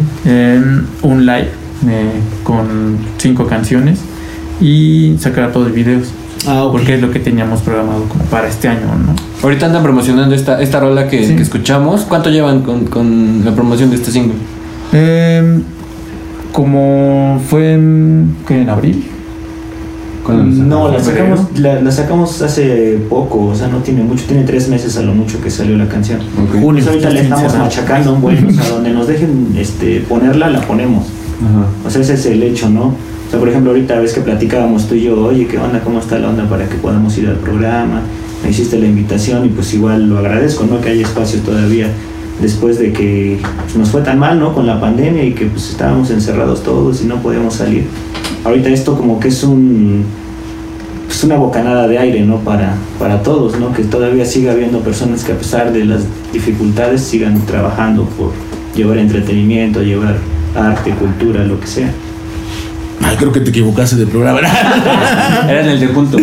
un live con 5 canciones y sacar todos los videos. Porque es lo que teníamos programado como para este año, ¿no? Ahorita andan promocionando esta rola que escuchamos. ¿Cuánto llevan con la promoción de este single? Como fue en abril. No, la sacamos hace poco, o sea, no tiene mucho, tiene 3 meses a lo mucho que salió la canción. Pues ahorita le estamos machacando un buen, o sea, donde nos dejen ponerla, la ponemos. O sea, ese es el hecho, ¿no? O sea, por ejemplo, ahorita ves que platicábamos tú y yo, oye, ¿qué onda? ¿Cómo está la onda para que podamos ir al programa? Me hiciste la invitación y pues igual lo agradezco, ¿no? Que haya espacio todavía después de que pues, nos fue tan mal, ¿no? Con la pandemia y que pues estábamos encerrados todos y no podíamos salir. Ahorita esto como que es pues una bocanada de aire, ¿no? Para todos, ¿no? Que todavía siga habiendo personas que a pesar de las dificultades sigan trabajando por llevar entretenimiento, llevar arte, cultura, lo que sea. Ay, creo que te equivocaste de programa. Era en el de punto.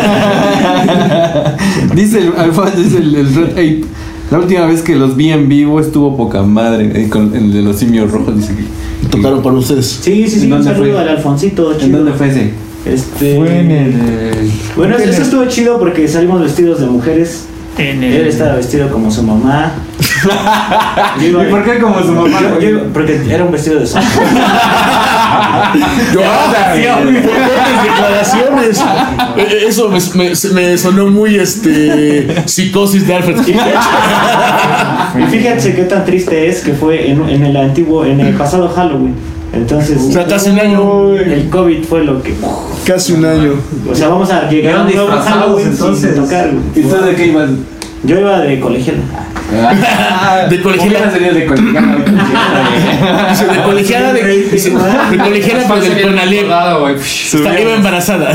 Dice el Red Ape. La última vez que los vi en vivo estuvo poca madre. Con el de los simios rojos, dice que Tocaron para ustedes. Sí, ¿En un dónde saludo fue? al Alfonsito. ¿En chido. dónde fue ese? Fue en el. Bueno, eso estuvo chido porque salimos vestidos de mujeres. En Él estaba vestido como su mamá. ¿Y por qué como su mamá? Porque era un vestido de su Declaraciones. Eso me sonó muy psicosis de Alfred Hitchcock. Y fíjense qué tan triste es que fue en el pasado Halloween. Entonces, O sea, casi un año. el COVID fue lo que. Casi un año. O sea, vamos a llegar a un nuevo Halloween entonces. sin tocar. ¿Y tú de qué ibas? Yo iba de colegial. De colegiala. Sería de colegiala. Dice, de colegiala de colegiala pero del Conalep. Iba embarazada.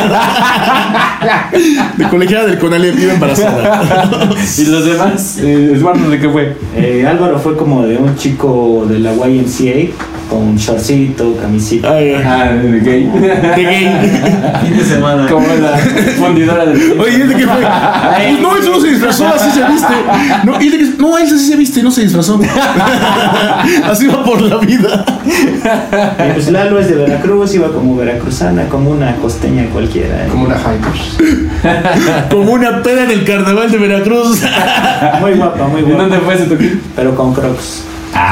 De colegiala del Conalep, iba embarazada. ¿Y los demás? Eduardo, ¿de qué fue? Álvaro fue como de un chico de la YMCA con shortcito, camisita. De gay. De gay. Fin de semana. Como la fundidora del. Oye, ¿de qué fue? Pues no, él solo se disfrazó, así se viste. No, él sí se viste, no se disfrazó. Así va por la vida. Pues Lalo es de Veracruz, iba como veracruzana, como una costeña cualquiera. Como una hyper. Como una peda en el carnaval de Veracruz. Muy guapa, muy ¿En guapa. dónde fue ese toque? Pero con crocs.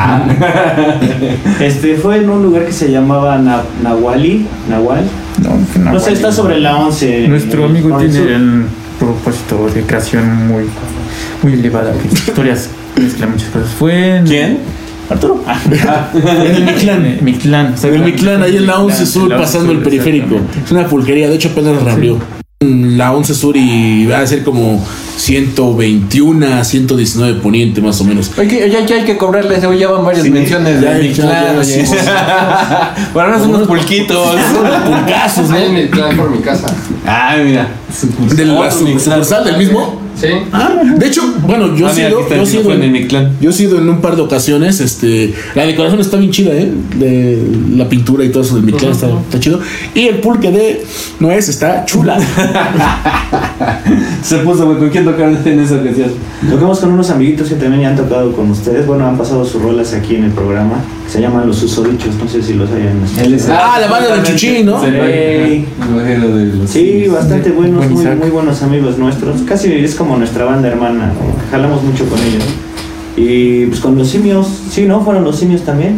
Fue en un lugar que se llamaba Nahual. No sé, está sobre la 11. Nuestro amigo por el tiene sur. el propósito de creación muy, muy elevada. Historias mezcla muchas cosas. Fue en. ¿Quién? Arturo. En el Mictlán. Mictlán. En el Mictlán, ahí en la 11 Sur, La 11 pasando el Sur, periférico. exactamente. Es una pulquería, de hecho apenas reabrió. La 11 Sur y va a ser como 121 a 119 poniente más o menos. Oye, ya hay que cobrarles, ya van varias Sí, menciones ya, de mi ya, clan, ya, oye. sí. Para unos unos pulquitos. Pulcazos, Ahí en ¿no? el clan por mi casa. Ay, mira. De la Otro Mictlán. sucursal del mismo. Sí. De hecho, bueno, yo he Mira, aquí está, sido fue en el Mictlán. yo he sido en un par de ocasiones, la decoración está bien chida, de la pintura y todo eso del Mictlán está chido. Y el pulque de Nuez está chula. Se puso, güey, ¿con quién tocaron en esa ocasión? Tocamos con unos amiguitos que también ya han tocado con ustedes. Bueno, han pasado sus rolas aquí en el programa. Que se llaman Los Susodichos. No sé si los hayan escuchado. La banda del Chuchín, ¿no? Sí, bastante buenos, Buen Isaac. muy buenos amigos nuestros. Casi es como nuestra banda hermana. Jalamos mucho con ellos. Y pues con los simios. Sí, ¿no? Fueron los simios también.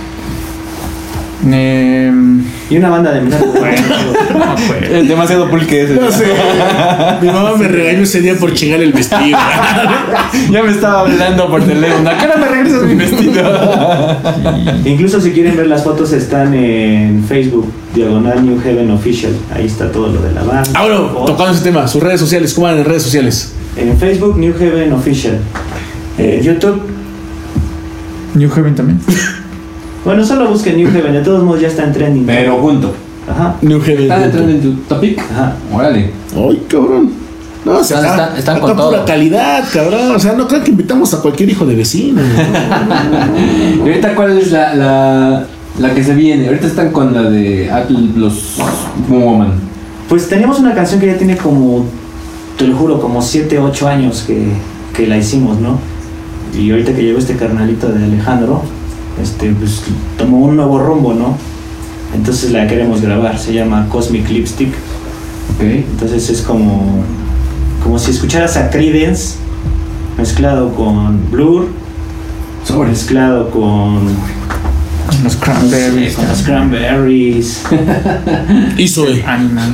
Y una banda de metal. Es demasiado pulque ese. No sé. Mi mamá me regañó ese día por chingar el vestido. Ya me estaba hablando por teléfono. ¿A qué hora me regresas mi vestido? Incluso si quieren ver las fotos están en Facebook, diagonal New Heaven Official. Ahí está todo lo de la banda. Ah, bueno, tocando ese tema, sus redes sociales, ¿cómo van en redes sociales? En Facebook, New Heaven Official. YouTube, New Heaven también. bueno, solo busquen New Heaven, de todos modos ya está en trending. Pero junto. Ajá. New Heaven. ¿Están entrando en tu topic? Ajá. Órale. Ay, cabrón. No, Están con acá todo. pura calidad, cabrón. O sea, no crean que invitamos a cualquier hijo de vecino. ¿Y ahorita cuál es la que se viene? Ahorita están con la de Apple los Woman. Pues teníamos una canción que ya tiene como, te lo juro, como 7, 8 años que la hicimos, ¿no? Y ahorita que llegó este carnalito de Alejandro, pues tomó un nuevo rumbo, ¿no? Entonces la queremos grabar, se llama Cosmic Lipstick. Ok. Entonces es como si escucharas a Creedence mezclado con Blur, mezclado con Los Cranberries. con los Cranberries. Hizo, Animal.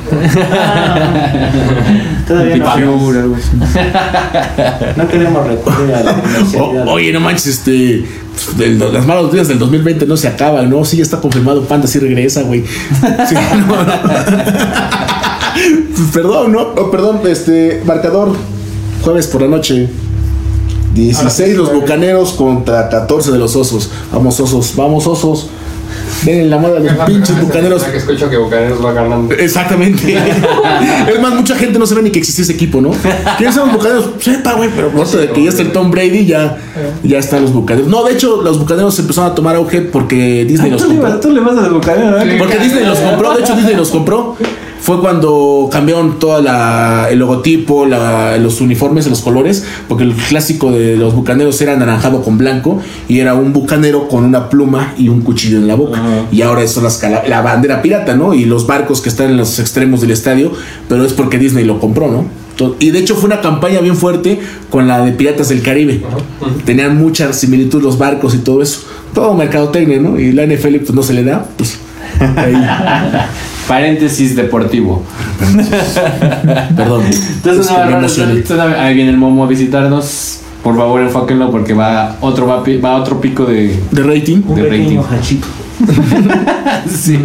Todavía no, Pure, algo así. no queremos recurrir a la comercialidad. Oye, no manches, las malas noticias del 2020 no se acaban, ¿no? Sí, ya está confirmado, Panda sí regresa, güey. Sí, no. Perdón, ¿no? Oh, perdón, marcador, jueves por la noche. 16 los Bucaneros contra 14 de los Osos. Vamos, Osos, vamos, Osos. Denle la moda a los pinches bucaneros. Que escucho que Bucaneros va ganando. Exactamente. Es más, mucha gente no sabe ni que existía ese equipo, ¿no? ¿Quiénes son los bucaneros? Sepa, güey, pero por eso de que ya está el Tom Brady, ya están los bucaneros. No, de hecho, los bucaneros empezaron a tomar auge porque Disney los compró. Tú le vas a los bucaneros, ¿no? Porque Disney los compró, de hecho, Disney los compró. Fue cuando cambiaron toda el logotipo, los uniformes, los colores, porque el clásico de los bucaneros era anaranjado con blanco y era un bucanero con una pluma y un cuchillo en la boca. Y ahora eso es la bandera pirata, ¿no? Y los barcos que están en los extremos del estadio, pero es porque Disney lo compró, ¿no? Y de hecho fue una campaña bien fuerte con la de Piratas del Caribe. Tenían mucha similitud los barcos y todo eso. Todo mercadotecnia, ¿no? Y la NFL pues no se le da, pues ahí. Paréntesis deportivo. Perdón. Entonces ahí viene el Momo a visitarnos. Por favor, enfóquenlo porque va otro pico de rating. Un pequeño hachito. Sí.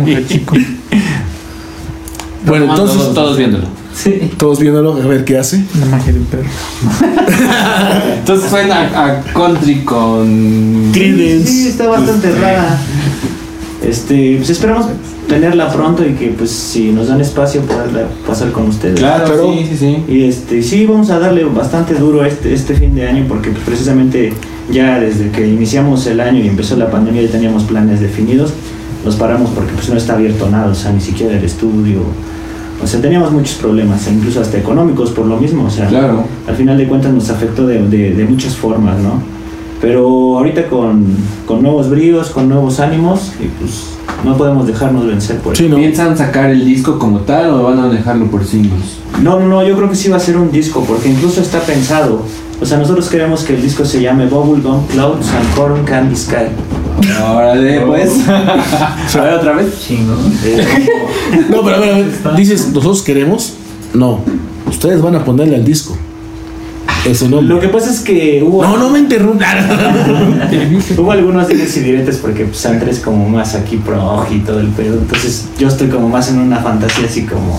Bueno, entonces todos viéndolo. Sí. Todos viéndolo, a ver qué hace. La magia de un perro. Entonces suena a country con Creedence. Sí, está bastante rara. Pues esperamos tenerla pronto y que pues si nos dan espacio poderla pasar con ustedes. Claro. Sí. Y sí, vamos a darle bastante duro este fin de año porque pues, precisamente ya desde que iniciamos el año y empezó la pandemia ya teníamos planes definidos. Los paramos porque pues no está abierto nada, o sea, ni siquiera el estudio. O sea, teníamos muchos problemas, incluso hasta económicos por lo mismo, o sea, claro. Al final de cuentas nos afectó de muchas formas, ¿no? Pero ahorita con nuevos bríos, con nuevos ánimos, y pues no podemos dejarnos vencer por eso. Sí, ¿no? ¿Piensan sacar el disco como tal o van a dejarlo por singles? No, yo creo que sí va a ser un disco, porque incluso está pensado. O sea, nosotros queremos que el disco se llame Bubblegum Clouds and Cotton Candy Sky. Órale, pues. A ver, otra vez. Chingo. No, pero a ver, dices, ¿nosotros queremos? No, ustedes van a ponerle al disco ese nombre. Lo que pasa es que hubo... No me interrumpan. Hubo algunos dimes y diretes porque pues Sandra es como más aquí pro y todo el pedo. Entonces yo estoy como más en una fantasía así como...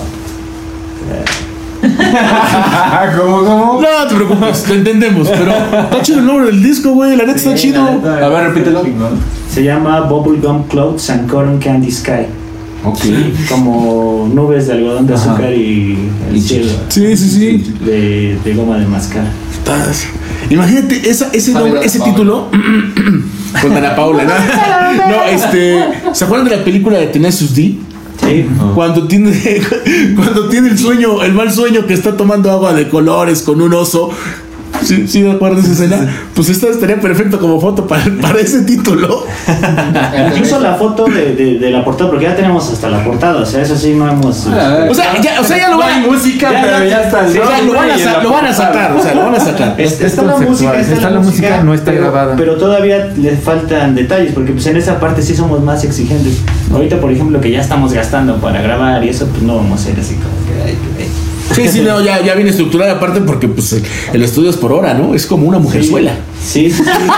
¿Cómo? No te preocupes, lo entendemos, pero está chido el nombre del disco, güey, la neta está chido. A ver, repítelo. Se llama Bubblegum Clouds and Cotton Candy Sky. Ok. Como nubes de algodón de azúcar y el cielo Sí. de goma de mascar. Imagínate ese nombre, ese título con Ana Paula, ¿no? No, ¿se acuerdan de la película de Tenacious D? Sí. Cuando tiene el sueño, el mal sueño que está tomando agua de colores con un oso. ¿Sí me acuerdo de esa escena? Pues esta estaría perfecto como foto para ese título. Incluso la foto de la portada, porque ya tenemos hasta la portada, o sea, eso sí no hemos... O sea, ya lo van. música, pero ya está. O sea, lo van a sacar, o sea, lo van a sacar. Está la música, no está grabada. Pero todavía le faltan detalles, porque pues en esa parte sí somos más exigentes. Ahorita, por ejemplo, que ya estamos gastando para grabar y eso, pues no vamos a ser así como que... Sí, no, ya viene estructurada aparte porque pues el estudio es por hora, ¿no? Es como una mujerzuela. Sí.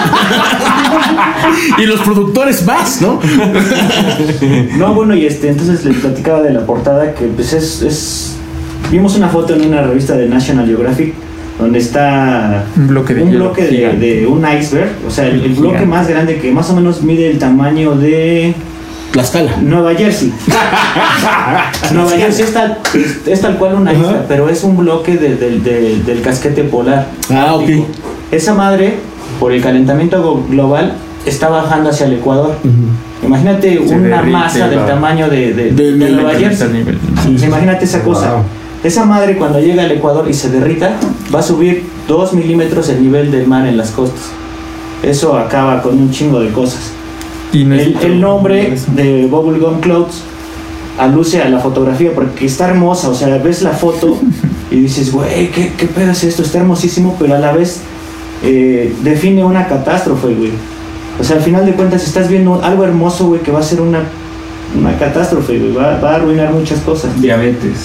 Y los productores más, ¿no? No, bueno, y entonces les platicaba de la portada que pues vimos una foto en una revista de National Geographic donde está un bloque de un iceberg, o sea, el bloque más grande que más o menos mide el tamaño de Tlaxcala. Nueva Jersey. Nueva Jersey es tal cual una isla, pero es un bloque del casquete polar. Ah, ok. Esa madre, por el calentamiento global, está bajando hacia el Ecuador. Imagínate una masa del tamaño de Nueva Jersey. Imagínate esa cosa. Esa madre cuando llega al Ecuador y se derrita, va a subir 2 milímetros el nivel del mar en las costas. Eso acaba con un chingo de cosas. El nombre de Bubblegum Clouds aluce a la fotografía porque está hermosa, o sea, ves la foto y dices, güey, ¿qué pedo es esto? Está hermosísimo, pero a la vez define una catástrofe, güey. O sea, al final de cuentas estás viendo algo hermoso, güey, que va a ser una catástrofe, güey, va a arruinar muchas cosas. Diabetes.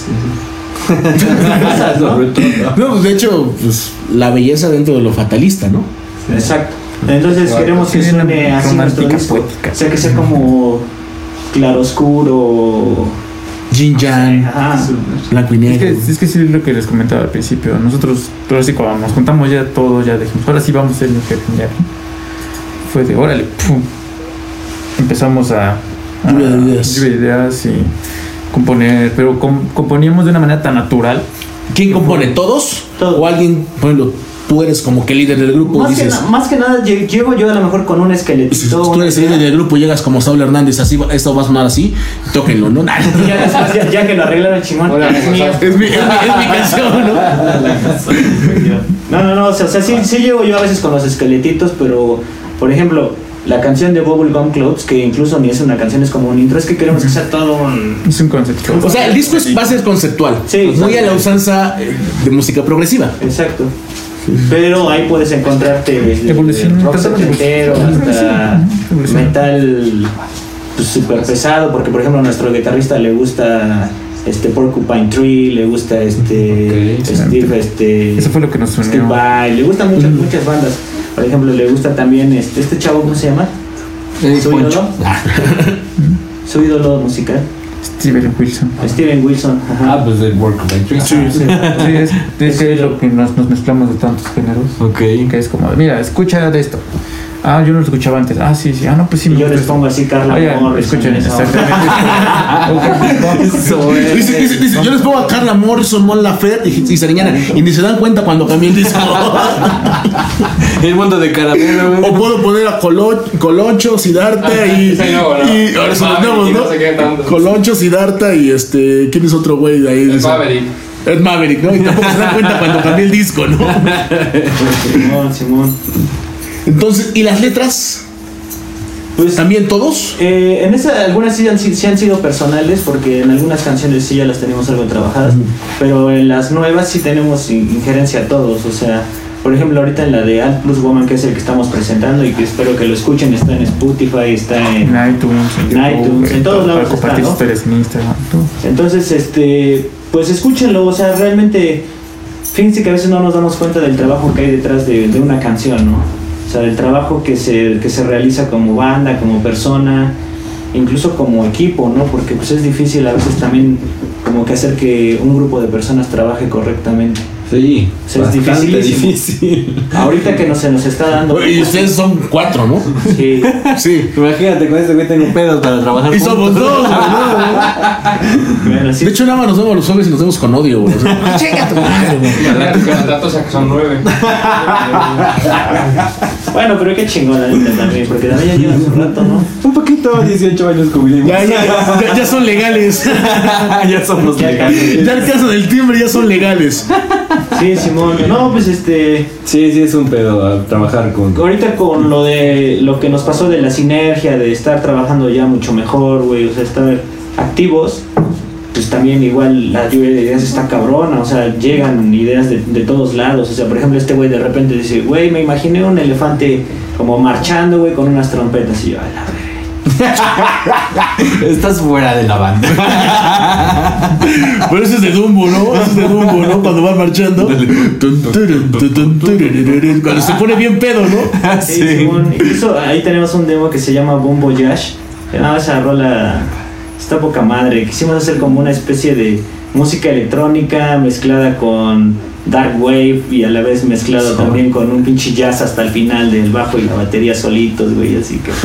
No, de hecho, pues la belleza dentro de lo fatalista, ¿no? Exacto. Entonces queremos que suene así nuestro disco. O sea, que sea como claroscuro, Jin Yang, blanco y negro. Es que sí es lo que les comentaba al principio. Nosotros, pero así cuando nos juntamos ya todos, ya dijimos, ahora sí vamos a ser New Heaven. Ya fue de órale, pum. Empezamos a Lluvia de ideas y componer, pero componíamos de una manera tan natural. ¿Quién compone? ¿Todos? ¿O alguien, por ejemplo, tú eres como que líder del grupo? Más que nada llego yo a lo mejor con un esqueletito. Si tú eres el líder del grupo, llegas como Saúl Hernández, así, esto va a sonar así, tóquenlo, ¿no? ya que lo arreglaron chingón. Es mi canción, ¿no? No, o sea, sí llego yo a veces con los esqueletitos, pero, por ejemplo, la canción de Bubblegum Clouds, que incluso ni es una canción, es como un intro, es que queremos que sea todo un... Es un concepto. O sea, el disco va a ser conceptual. Sí, muy a la usanza de música progresiva. Exacto. Pero ahí puedes encontrarte desde rock setentero hasta metal súper pesado, porque por ejemplo a nuestro guitarrista le gusta Porcupine Tree, le gusta Steve, eso fue lo que nos unió. Steve Vai, le gustan muchas bandas. Por ejemplo, le gusta también este chavo, ¿cómo se llama? Su ídolo musical. Steven Wilson. Ajá. Pues el Workman Tree. Sí, es lo que nos mezclamos de tantos géneros. Ok. Que es como, mira, escucha de esto. Ah, yo no lo escuchaba antes. Ah, sí. Ah, no, pues sí. Y yo les pongo así Carla Morrison. Escuchen, exactamente. Dice, yo les pongo a Carla Morrison, Mon Laferte y Sariñana, y ni se dan cuenta cuando cambié el disco. El mundo de caramelo, güey. O puedo poner a Coloncho, Siddhartha y ahora son los nuevos, ¿no? Coloncho, Siddhartha y ¿quién es otro güey de ahí? Ed Maverick, ¿no? Y tampoco se dan cuenta cuando cambié el disco, ¿no? Simón. Entonces, ¿y las letras? Pues también todos. En algunas sí han sido personales, porque en algunas canciones sí ya las tenemos algo trabajadas, pero en las nuevas sí tenemos injerencia todos. O sea, por ejemplo, ahorita en la de Alt Plus Woman, que es el que estamos presentando y que espero que lo escuchen, está en Spotify, está en iTunes, en todos lados está, ¿no? En Instagram, entonces, pues escúchenlo. O sea, realmente, fíjense que a veces no nos damos cuenta del trabajo que hay detrás de una canción, ¿no? O sea, el trabajo que se realiza como banda, como persona, incluso como equipo, ¿no? Porque pues es difícil a veces también como que hacer que un grupo de personas trabaje correctamente. Sí, o sea, es difícil. Ahorita que se nos está dando... Y ustedes son 4, ¿no? Sí. Sí. Imagínate, con este güey tengo pedos para trabajar. Y somos 2, Bueno, sí. De hecho, nada más nos vemos los jueves y nos vemos con odio, güey. Chinga tu madre, güey. Los datos son 9. Bueno, pero qué chingón la neta también, porque también ya llevan su rato, ¿no? Un poquito, 18 años cumplimos. Ya son legales. Ya somos legales. Ya el caso del timbre ya son legales. Sí, Simón. No, pues Sí, es un pedo a trabajar con... Ahorita con lo que nos pasó de la sinergia, de estar trabajando ya mucho mejor, güey, o sea, estar activos, pues también igual la lluvia de ideas está cabrona, o sea, llegan ideas de todos lados. O sea, por ejemplo, este güey de repente dice, güey, me imaginé un elefante como marchando, güey, con unas trompetas, y yo, a la verga. Estás fuera de la banda. Pero ese es de Dumbo, ¿no? Cuando van marchando. Cuando se pone bien pedo, ¿no? Sí. Simón. Incluso ahí tenemos un demo que se llama Boom Voyage. Esa rola está poca madre. Quisimos hacer como una especie de música electrónica mezclada con dark wave y a la vez mezclado también con un pinche jazz hasta el final del bajo y la batería solitos, güey, así que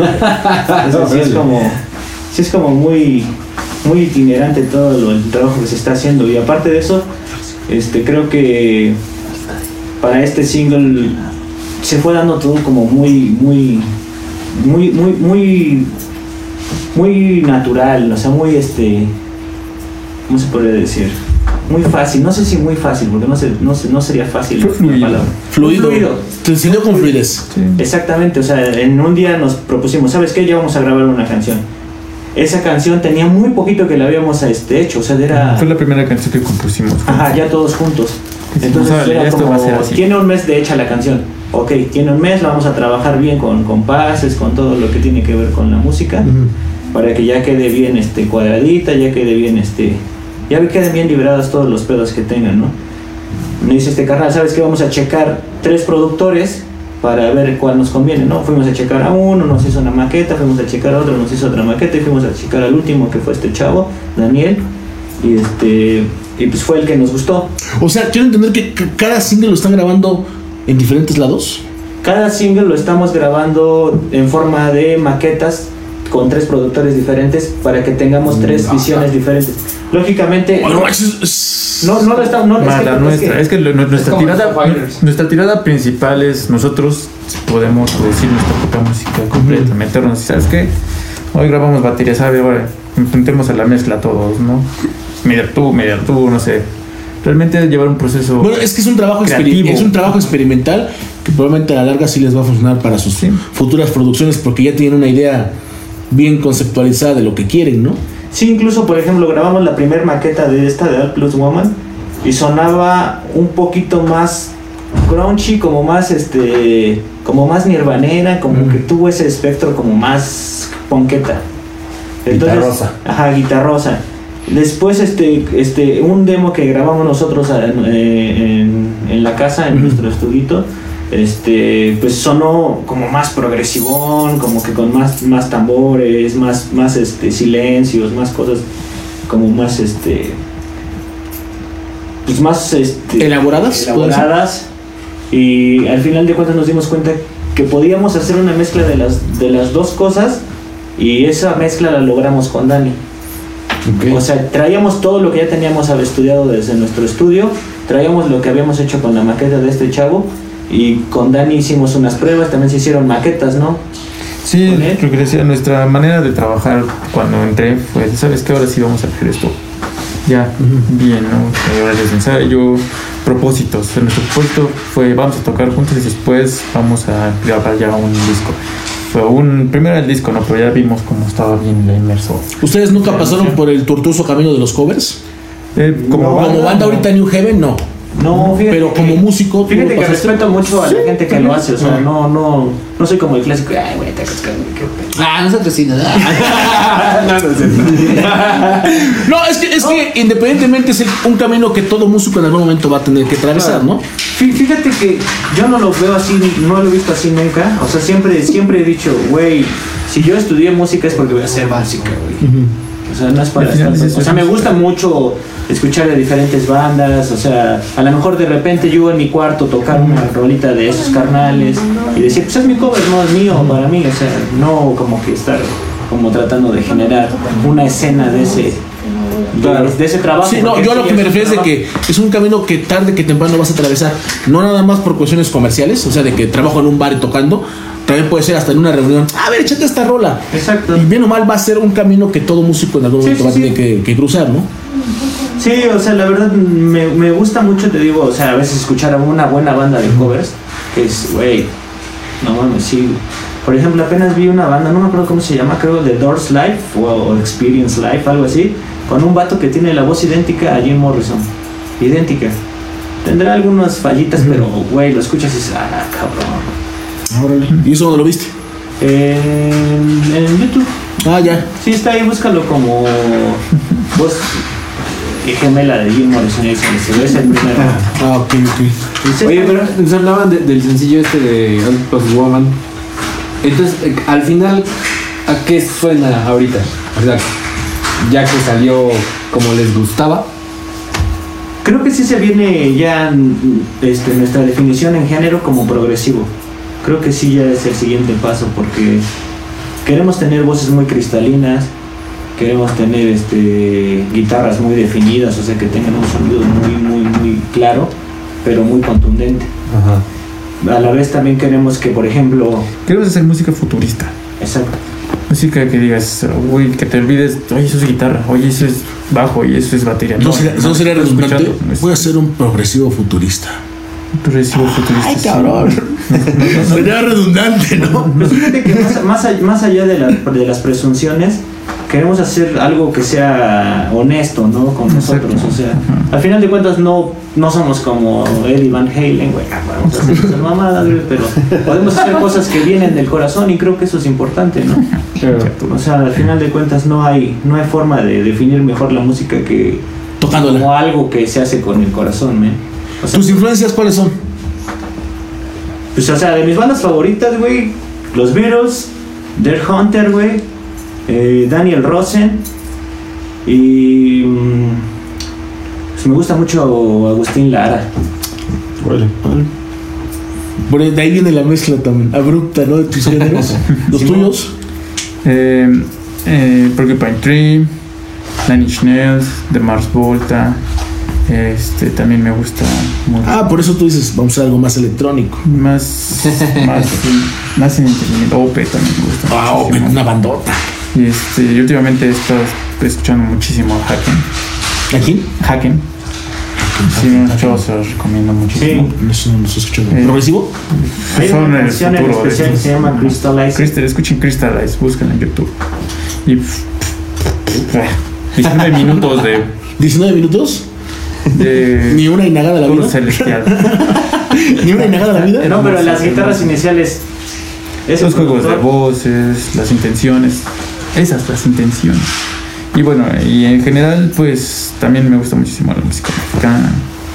sí es como muy itinerante todo el trabajo que se está haciendo. Y aparte de eso, creo que para este single se fue dando todo como muy natural, o sea, muy ¿cómo se podría decir? Muy fácil, no sé si muy fácil, porque no sería fácil la palabra. Fluido. Te enseñó con fluidez. Sí. Exactamente, o sea, en un día nos propusimos, ¿sabes qué? Ya vamos a grabar una canción. Esa canción tenía muy poquito que la habíamos hecho, o sea, era... Fue la primera canción que compusimos. Ajá, ya todos juntos. Entonces era esto como, va a ser así. Tiene un mes de hecha la canción. Ok, tiene un mes, la vamos a trabajar bien con compases, con todo lo que tiene que ver con la música, para que ya quede bien cuadradita, ya quede bien ya queden bien liberados todos los pedos que tengan, ¿no? Me dice carnal, ¿sabes qué? Vamos a checar 3 productores para ver cuál nos conviene, ¿no? Fuimos a checar a uno, nos hizo una maqueta, fuimos a checar a otro, nos hizo otra maqueta, y fuimos a checar al último, que fue este chavo, Daniel, y pues fue el que nos gustó. O sea, quiero entender que cada single lo están grabando en diferentes lados. Cada single lo estamos grabando en forma de maquetas con 3 productores diferentes para que tengamos 3 visiones diferentes. Lógicamente, no lo estamos. Nuestra tirada principal es nosotros podemos producir nuestra propia música completa, meternos y ¿sabes qué? Hoy grabamos baterías, ¿sabes? Ahora intentemos a la mezcla todos, ¿no? Media tú, no sé. Realmente llevar un proceso. Bueno, es que es un trabajo experimental que probablemente a la larga sí les va a funcionar para sus futuras producciones porque ya tienen una idea bien conceptualizada de lo que quieren, ¿no? Sí, incluso por ejemplo grabamos la primera maqueta de esta de All Plus Woman y sonaba un poquito más crunchy, como más nirvanera, como que tuvo ese espectro como más ponqueta. Entonces, guitarrosa. Ajá, guitarrosa. Después un demo que grabamos nosotros en la casa, en nuestro estudito, pues sonó como más progresivón, como que con más tambores, más silencios, más cosas como más pues más elaboradas. Y al final de cuentas nos dimos cuenta que podíamos hacer una mezcla de las dos cosas y esa mezcla la logramos con Dani. Okay. O sea, traíamos todo lo que ya teníamos estudiado desde nuestro estudio, traíamos lo que habíamos hecho con la maqueta de este chavo y con Dani hicimos unas pruebas, también se hicieron maquetas, ¿no? Sí, lo que decía, nuestra manera de trabajar cuando entré fue, ¿sabes qué? Ahora sí vamos a hacer esto. Ya, bien, ¿no? Horas de ensayo, propósitos. Nuestro propósito fue, vamos a tocar juntos y después vamos a grabar ya un disco. Fue primero el disco, ¿no? Pero ya vimos cómo estaba bien inmerso. ¿Ustedes nunca pasaron por el tortuoso camino de los covers? Como banda ahorita New Heaven, no. No, fíjate. Pero como músico. Fíjate que respeto mucho a la gente que lo hace. O sea, no soy como el clásico. Ay, güey, te cascas, nosotros sí, no. No, es que independientemente es un camino que todo músico en algún momento va a tener que atravesar, ¿no? Fíjate que yo no lo veo así, no lo he visto así nunca. O sea, siempre he dicho, güey, si yo estudié música es porque voy a ser básica, güey. O sea, no es para estar. O sea, me gusta mucho escuchar de diferentes bandas. O sea, a lo mejor de repente yo en mi cuarto tocar una rolita de esos carnales y decir, pues es mi cover, no es mío para mí. O sea, no como que estar como tratando de generar una escena de ese. De ese trabajo. Sí, no, yo a lo que me refiero es de que es un camino que tarde que temprano vas a atravesar, no nada más por cuestiones comerciales, o sea, de que trabajo en un bar y tocando, también puede ser hasta en una reunión, a ver, échate esta rola. Exacto. Y bien o mal va a ser un camino que todo músico en algún momento va a tener que cruzar, ¿no? Sí, o sea, la verdad me gusta mucho, te digo, o sea, a veces escuchar a una buena banda de covers, que es, güey, no mames, sí. Por ejemplo, apenas vi una banda, no me acuerdo cómo se llama, creo The Doors Live o Experience Live, algo así, con un vato que tiene la voz idéntica a Jim Morrison. Idéntica. Tendrá algunas fallitas, pero, güey, lo escuchas y dices, cabrón. Órale. ¿Y eso dónde lo viste? En YouTube. Ah, ya. Sí, está ahí, búscalo como voz gemela de Jim Morrison. Es el primero. Ok. Oye, pero nos hablaban del sencillo de All Plus Woman. Entonces, al final, ¿a qué suena ahorita? O sea, ya que salió como les gustaba. Creo que sí se viene ya nuestra definición en género como progresivo. Creo que sí ya es el siguiente paso porque queremos tener voces muy cristalinas, queremos tener guitarras muy definidas, o sea que tengan un sonido muy claro, pero muy contundente. Ajá. A la vez también queremos que, por ejemplo... Queremos hacer música futurista. Exacto. Música que digas, uy, que te olvides, oye, eso es guitarra, oye, eso es bajo, oye, eso es batería. No sería redundante. Voy a ser un progresivo futurista. Progresivo futurista. Ay, cabrón. Sería redundante, ¿no? Pero fíjate que más allá de las presunciones, queremos hacer algo que sea honesto, ¿no? Con nosotros, o sea, al final de cuentas no somos como Eddie Van Halen, güey, vamos a hacer cosas mamadas, güey, pero podemos hacer cosas que vienen del corazón y creo que eso es importante, ¿no? O sea, al final de cuentas no hay forma de definir mejor la música que tocándola, como algo que se hace con el corazón, ¿me? O sea, ¿tus influencias cuáles son? Pues, o sea, de mis bandas favoritas, güey, los Beatles, Deer Hunter, güey, Daniel Rosen y pues me gusta mucho Agustín Lara. Vale. Por de ahí viene la mezcla también abrupta, ¿no? De tus géneros. ¿Los tuyos? Porcupine Tree, Nine Inch Nails, The Mars Volta. También me gusta mucho. Por eso tú dices, vamos a hacer algo más electrónico. Más en entretenimiento. OP también me gusta. OP, una bandota. Y últimamente estoy escuchando muchísimo Haken. ¿A quién? Haken. Sí, unos chavos se los recomiendo muchísimo. Sí, no los escucho. ¿Progresivo? Hay Son una el canción en futuro. especial que se llama Crystallize. Escuchen Crystallize, búsquenla en YouTube. Y 19 minutos de... ¿19 minutos? Ni una inagada la vida. Celestial. Ni una inagada la vida. No, pero las guitarras iniciales. Esos juegos de voces, las intenciones. Las intenciones. Y bueno, y en general, pues también me gusta muchísimo la música mexicana.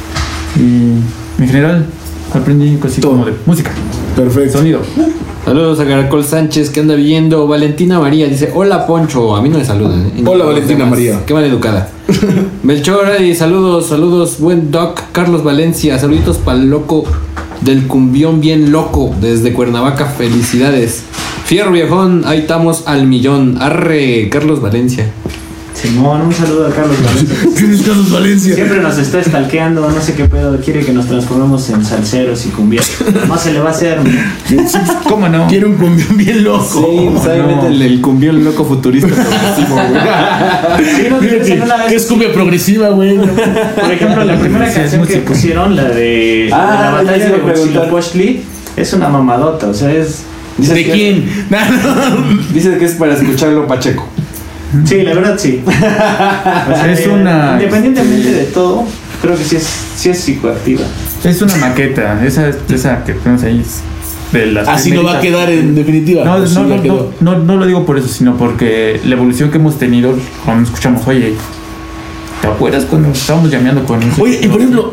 Y en general, aprendí cosas como de música. Perfecto. Sonido. Saludos a Caracol Sánchez que anda viendo. Valentina María dice: hola Poncho. A mí no me saludan. Hola Valentina María. Qué mal educada. Melchor y saludos. Buen Doc. Carlos Valencia. Saluditos para el loco del cumbión bien loco desde Cuernavaca. Felicidades. Fierro viejón. Ahí estamos al millón. Arre, Carlos Valencia. Simón, un saludo a Carlos Valencia. ¿Quién es Carlos Valencia? Siempre nos está stalkeando, no sé qué pedo. Quiere que nos transformemos en salseros y cumbias. No se le va a hacer. ¿Cómo no? Quiere un cumbión bien loco. Sí, obviamente el cumbión loco futurista progresivo, güey. Sí, ¿Qué es cumbia progresiva, güey? Por ejemplo, la primera canción que pusieron, la de la batalla de Huitzilopochtli, es una mamadota, o sea, es... ¿De quién? Dice que es para escucharlo Pacheco. Sí, la verdad sí. O sea, es una... Independientemente de todo, creo que sí es psicoactiva. Es una maqueta, esa que tenemos ahí es de las así no va a quedar en definitiva. No lo digo por eso, sino porque la evolución que hemos tenido cuando escuchamos, oye, ¿te acuerdas cuando estábamos llameando con eso? Oye, y por ejemplo,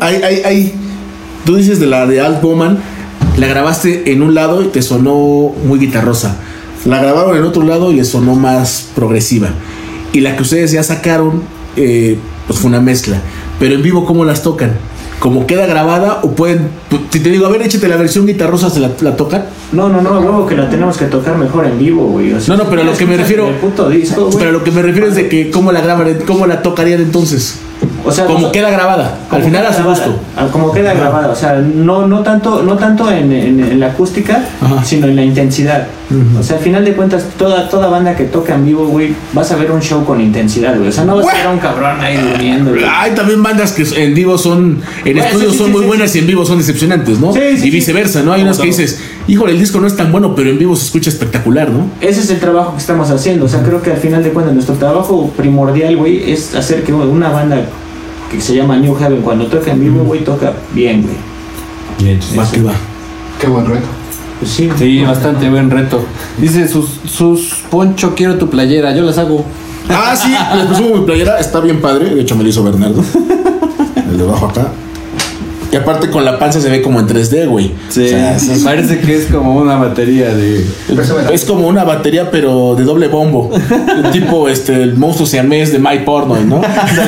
tú dices de la de Alt Bowman, la grabaste en un lado y te sonó muy guitarrosa. La grabaron en otro lado y le sonó más progresiva. Y la que ustedes ya sacaron, pues fue una mezcla. Pero en vivo, ¿cómo las tocan? ¿Cómo queda grabada? ¿O pueden, si te digo, a ver, échate la versión guitarrosa, ¿se la tocan? No, huevo, que la tenemos que tocar mejor en vivo, güey. O sea, no, pero a lo que me refiero... Pero a lo que me refiero es de que cómo la graban, cómo la tocarían entonces. O sea, como queda grabada, al final a su gusto. Como queda grabada, o sea, no tanto en la acústica, sino en la intensidad. O sea, al final de cuentas, toda banda que toca en vivo, güey, vas a ver un show con intensidad, güey. O sea, no vas a ver a un cabrón ahí durmiendo, güey. Hay también bandas que en vivo son, en estudio son muy buenas y en vivo son decepcionantes, ¿no? Y viceversa, ¿no? Hay unas que dices, híjole, el disco no es tan bueno, pero en vivo se escucha espectacular, ¿no? Ese es el trabajo que estamos haciendo. O sea, creo que al final de cuentas, nuestro trabajo primordial, güey, es hacer que una banda que se llama New Heaven, cuando toca en vivo, güey, toca bien, güey. Bien, va que va. Qué buen reto. Pues sí, bastante buen reto. Dice sus Poncho, quiero tu playera, yo las hago. Sí, les presumo mi playera, está bien padre. De hecho me lo hizo Bernardo. El de abajo acá. Y aparte con la panza se ve como en 3D, güey. Sí, o sea, parece que es como una batería de... Es como una batería, pero de doble bombo. Tipo el monstruo siamés de My Porno, ¿no?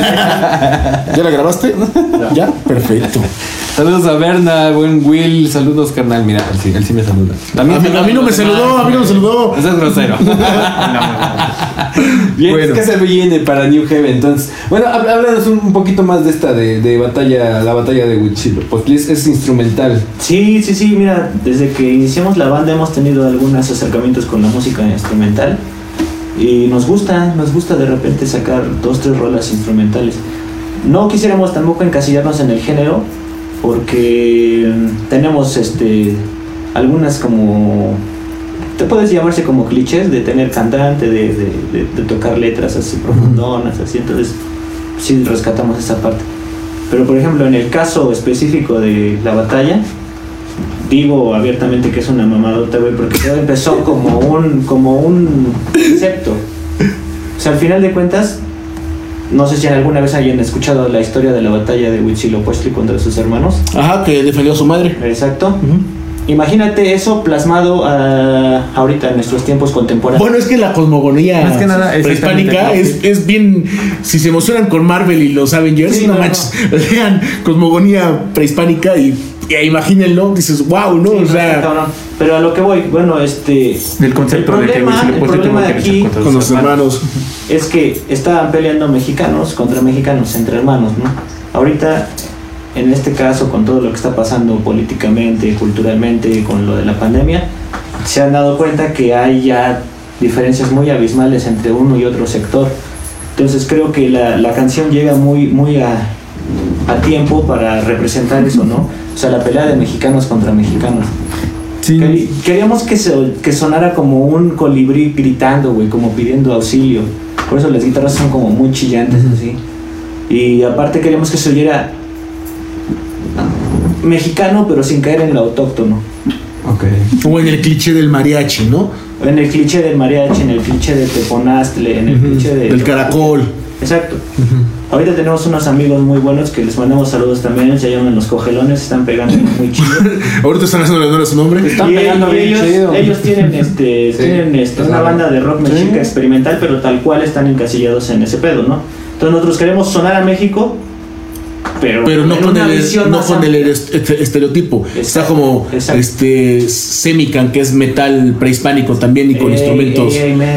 ¿Ya la grabaste? ¿Ya? Perfecto. Saludos a Berna, buen Will. Saludos, carnal. Mira, él sí me saluda. A mí no me saludó, Eso es grosero. Bien, bueno. ¿Qué se viene para New Heaven? Entonces, bueno, háblanos un poquito más de esta de batalla, la batalla de Huitzilopochtli. Es instrumental. Sí, mira, desde que iniciamos la banda hemos tenido algunos acercamientos con la música instrumental y nos gusta de repente sacar 2-3 rolas instrumentales. No quisiéramos tampoco encasillarnos en el género porque tenemos algunas como... Te puedes llamarse como clichés de tener cantante, de tocar letras así profundonas, así, entonces sí rescatamos esa parte. Pero por ejemplo, en el caso específico de la batalla, digo abiertamente que es una mamadota, güey, porque todo empezó como un concepto. O sea, al final de cuentas, no sé si alguna vez hayan escuchado la historia de la batalla de Huitzilopochtli contra sus hermanos. Ajá, que defendió a su madre. Exacto. Imagínate eso plasmado ahorita en nuestros tiempos contemporáneos. Bueno, es que la cosmogonía más que nada, prehispánica es bien... Si se emocionan con Marvel y los Avengers, no manches, lean cosmogonía prehispánica y imagínenlo, dices, wow, ¿no? Sí, o no, sea, está cabrón. Pero a lo que voy, bueno, Del concepto el de que problema, Huitzilopochtli el problema tuvo de que aquí luchar contra con los hermanos. es que estaban peleando mexicanos contra mexicanos, entre hermanos, ¿no? Ahorita, en este caso, con todo lo que está pasando políticamente, culturalmente, con lo de la pandemia, se han dado cuenta que hay ya diferencias muy abismales entre uno y otro sector. Entonces creo que la canción llega muy a tiempo para representar eso, ¿no? O sea, la pelea de mexicanos contra mexicanos. Sí. Queríamos que sonara como un colibrí gritando, güey, como pidiendo auxilio. Por eso las guitarras son como muy chillantes, así. Y aparte queríamos que se oyera mexicano, pero sin caer en lo autóctono. O en el cliché del mariachi, ¿no? En el cliché del mariachi, en el cliché de Teponaztle, en el cliché del caracol. Exacto. Ahorita tenemos unos amigos muy buenos que les mandamos saludos también, se llaman Los Cogelones, están pegando muy chido. Ahorita están haciendo honor a su nombre. Están pegando bien chido. Ellos tienen una banda de rock mexica experimental, pero tal cual están encasillados en ese pedo, ¿no? Entonces nosotros queremos sonar a México, pero no con el estereotipo. Exacto, está como exacto. Semican, que es metal prehispánico también y con instrumentos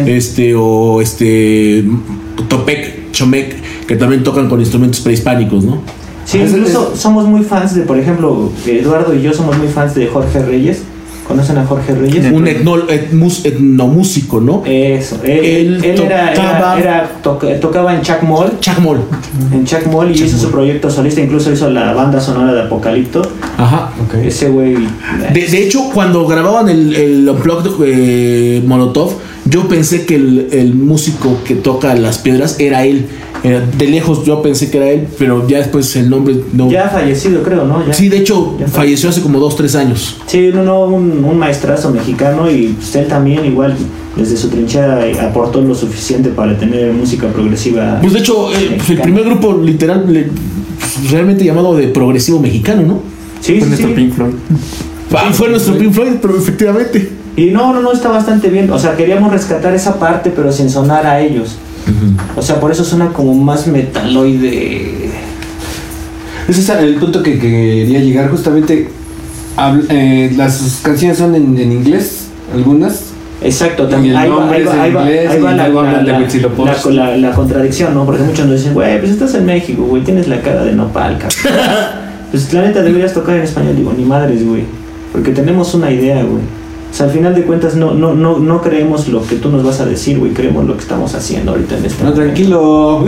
Topec, Chomec, que también tocan con instrumentos prehispánicos, ¿no? Sí, incluso somos muy fans de, por ejemplo, Eduardo y yo somos muy fans de Jorge Reyes. ¿Conocen a Jorge Reyes? Un etnomúsico, ¿no? Eso. Él tocaba en Chuck Moll. En Chuck Moll y hizo su proyecto solista, incluso hizo la banda sonora de Apocalipto. Ajá, okay. Ese güey. De hecho, cuando grababan el Unplugged Molotov, yo pensé que el músico que toca las piedras era él. De lejos yo pensé que era él, pero ya después el nombre no. Ya fallecido, creo, ¿no? Sí, de hecho falleció hace como 2-3 años. Sí, un maestrazo mexicano y pues, él también igual desde su trinchera aportó lo suficiente para tener música progresiva. Pues de hecho el primer grupo literal realmente llamado de progresivo mexicano, ¿no? Sí, fue nuestro Pink Floyd. Fue nuestro Pink Floyd, pero efectivamente. Y no, está bastante bien. O sea, queríamos rescatar esa parte, pero sin sonar a ellos. O sea, por eso suena como más metaloide. Ese es el punto que quería llegar. Justamente las canciones son en inglés, algunas. Exacto, también ahí va la contradicción, ¿no? Porque muchos nos dicen, güey, pues estás en México, güey, tienes la cara de nopal, cabrón. Pues la neta deberías tocar en español. Digo, ni madres, güey, porque tenemos una idea, güey. O sea, al final de cuentas no creemos lo que tú nos vas a decir, güey, creemos lo que estamos haciendo ahorita en este momento. Tranquilo.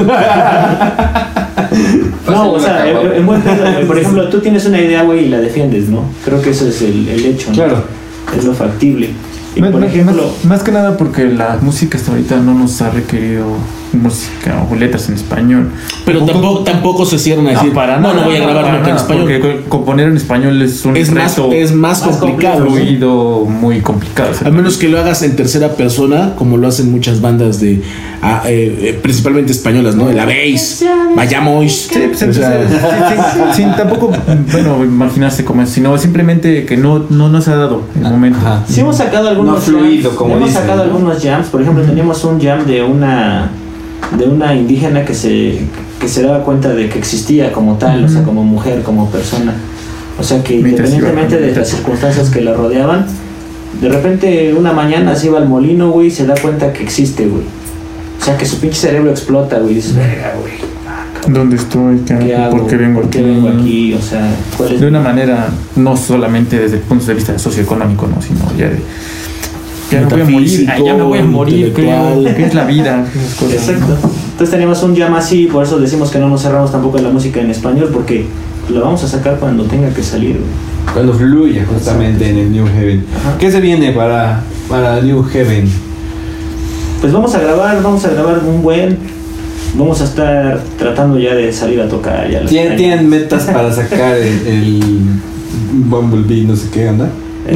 No, o sea, en buen pedo, por ejemplo, tú tienes una idea, güey, y la defiendes, ¿no? Creo que eso es el hecho, ¿no? Claro. Es lo factible. Y por ejemplo, más que nada porque la música hasta ahorita no nos ha requerido música o letras en español. Pero tampoco se cierran a decir, no voy a grabar nunca en español. Porque componer en español es un reto. Es más complicado. Fluido, muy complicado. A menos que lo hagas en tercera persona, como lo hacen muchas bandas principalmente españolas, ¿no? La Bass, Vayamos. Sí, pues, sin tampoco, imaginarse como es, sino simplemente que no se ha dado el momento. Sí hemos sacado algunos fluido, jams, como hemos dicen, sacado algunos jams. Por ejemplo, teníamos un jam de una indígena que se daba cuenta de que existía como tal, o sea, como mujer, como persona. O sea, que independientemente de las circunstancias que la rodeaban, de repente una mañana se iba al molino, güey, y se da cuenta que existe, güey. O sea, que su pinche cerebro explota, güey, y dices, verga, güey. ¿Dónde estoy? ¿Por qué vengo aquí? O sea, ¿cuál es? De una manera, no solamente desde el punto de vista socioeconómico, ¿no? Sino ya de... Ya me voy a morir, ¿qué es la vida? Exacto. Entonces teníamos un jam así, por eso decimos que no nos cerramos tampoco en la música en español, porque lo vamos a sacar cuando tenga que salir, güey. Cuando fluya justamente en el New Heaven. Ajá. ¿Qué se viene para New Heaven? Pues vamos a grabar vamos a estar tratando ya de salir a tocar. ¿Tienen metas para sacar el Bumblebee, no sé qué, anda?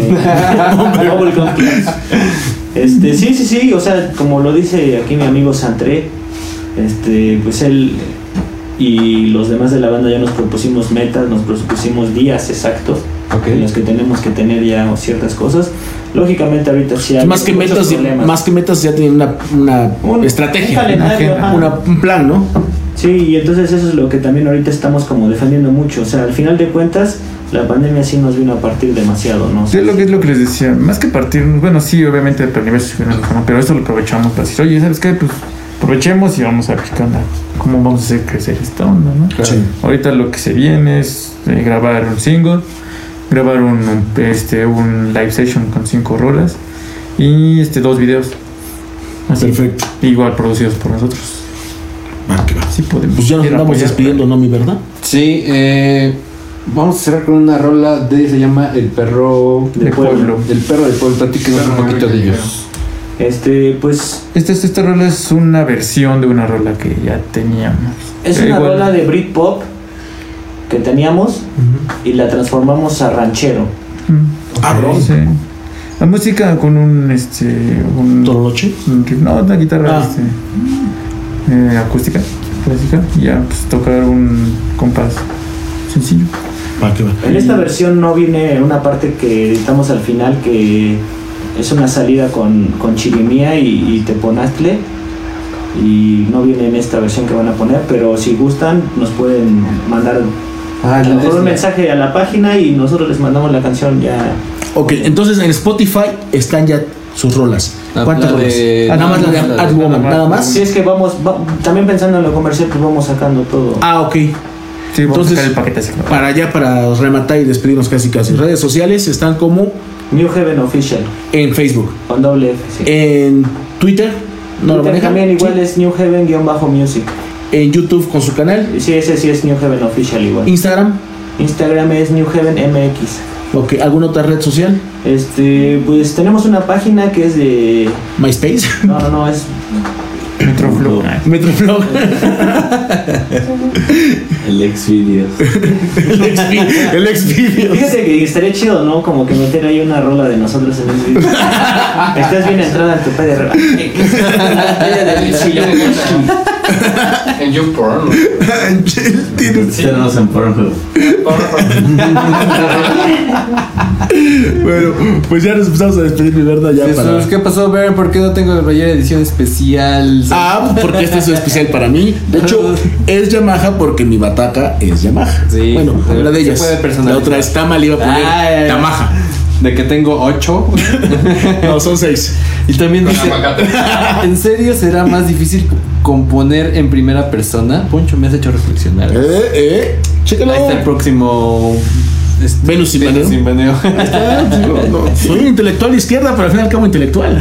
Sí, o sea, como lo dice aquí mi amigo Santré, pues él y los demás de la banda ya nos propusimos metas, nos propusimos días exactos en los que tenemos que tener ya ciertas cosas. Lógicamente ahorita sí hay más que metas ya tienen una estrategia, un plan, ¿no? Sí, y entonces eso es lo que también ahorita estamos como defendiendo mucho. O sea, al final de cuentas, la pandemia sí nos vino a partir demasiado, ¿no? Sí, es lo que les decía, más que partir, bueno, sí, obviamente el universo es financiero, ¿no? Pero esto lo aprovechamos para decir, oye, ¿sabes qué? Pues aprovechemos y vamos a ver qué onda, cómo vamos a hacer crecer esta onda, ¿no? Sí. Ahorita lo que se viene es grabar un single, grabar un live session con 5 rolas y 2 videos. Así, Perfecto. igual producidos por nosotros. Que va. Sí podemos. Pues ya nos Quiero andamos apoyar, despidiendo, ¿no, mi verdad? Sí, vamos a cerrar con una rola se llama El Perro De Pueblo. El Perro del Pueblo. Platíquenos un poquito de ellos. Pues Esta rola es una versión de una rola que ya teníamos. es Pero una igual- rola de Britpop que teníamos y la transformamos a ranchero. Cabrón. Sí. La música con un ¿Tololoche? no, una guitarra Ah. acústica, clásica, y ya pues tocar un compás sencillo. Que va. En esta versión no viene una parte que editamos al final que es una salida con Chirimía y Teponaztle, y no viene en esta versión que van a poner, pero si gustan nos pueden mandar a lo mejor un mensaje a la página y nosotros les mandamos la canción ya. Ok, entonces en Spotify están ya sus rolas. ¿Cuántas rolas? Nada más la de Adwoman, nada más. Si es que también pensando en lo comercial, pues vamos sacando todo. Ok. Sí, vamos a Entonces, sacar el paquete así. para rematar y despedirnos casi. Redes sociales están como New Heaven Official, en Facebook, con doble F, sí. en Twitter, no lo Twitter manejan. también igual Sí. es New Heaven-Music. En YouTube con su canal, Sí, ese sí es New Heaven Official igual. Instagram, Instagram es New Heaven MX. ok, ¿alguna otra red social? Pues tenemos una página que es de... MySpace, No, es... Metroflow. Metroflog, El Xvideos. el Xvideos. Fíjate que estaría chido, ¿no? Como que meter ahí una rola de nosotros en el video. Estás bien entrada en tu PDR. En YouPorn. Tenemos en Pornhub. Bueno, pues ya nos empezamos a despedir, mi verdad, ya para... Jesús, ¿qué pasó, Ver? ¿Por qué no tengo la playera edición especial? Porque este es especial para mí. De hecho, es Yamaha porque mi bataca es Yamaha. Sí, bueno, una de se ellas. puede personalizar. La otra es Tama, le iba a poner Ay. Yamaha. De que tengo 8. No, son 6. Y también dice, Aguacate. ¿en serio será más difícil componer en primera persona? Poncho, me has hecho reflexionar. Chécalo. Ahí está el próximo Venus sin baneo. Ahí está, digo, no, soy un intelectual de izquierda, pero al fin y al cabo intelectual.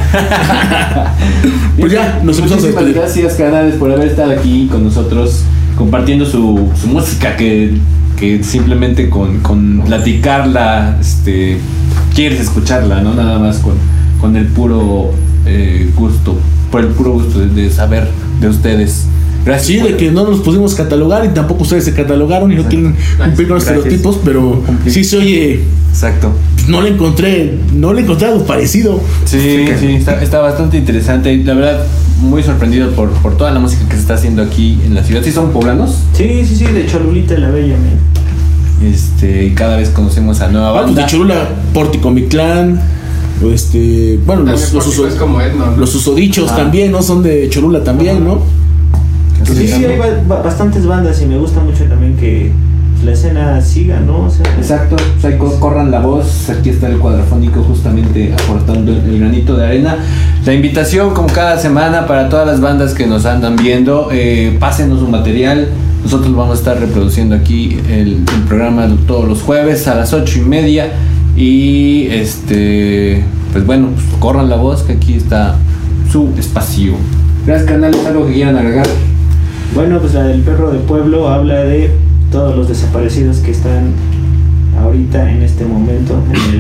Pues ya, nos empezamos a Muchísimas despedir. gracias, canales, por haber estado aquí con nosotros compartiendo su música que simplemente con platicarla quieres escucharla, no nada más con el puro gusto, por el puro gusto de saber de ustedes. Gracias. Sí, de que no nos pudimos catalogar y tampoco ustedes se catalogaron y no quieren cumplir con los estereotipos, pero sí se oye. Exacto. No le encontré algo parecido. Sí, está bastante interesante. Y la verdad, muy sorprendido por toda la música que se está haciendo aquí en la ciudad. ¿Sí son poblanos? Sí, de Cholulita la Bella, man. Y cada vez conocemos a nueva Pues banda. de Cholula, Pórtico Mictlán, bueno, Es como Edno, ¿no? los susodichos también, ¿no? Son de Cholula también, ¿no? Sí, hay bastantes bandas y me gusta mucho también que la escena siga, ¿no? O sea, Exacto, pues ahí corran la voz. Aquí está el Cuadrafónico justamente aportando el granito de arena. La invitación, como cada semana, para todas las bandas que nos andan viendo, pásenos su material. Nosotros vamos a estar reproduciendo aquí el programa todos los jueves a las 8:30. Y pues bueno, pues corran la voz, que aquí está su espacio. Gracias, canales. ¿Algo que quieran agregar? bueno, pues la del Perro de Pueblo habla de todos los desaparecidos que están ahorita en este momento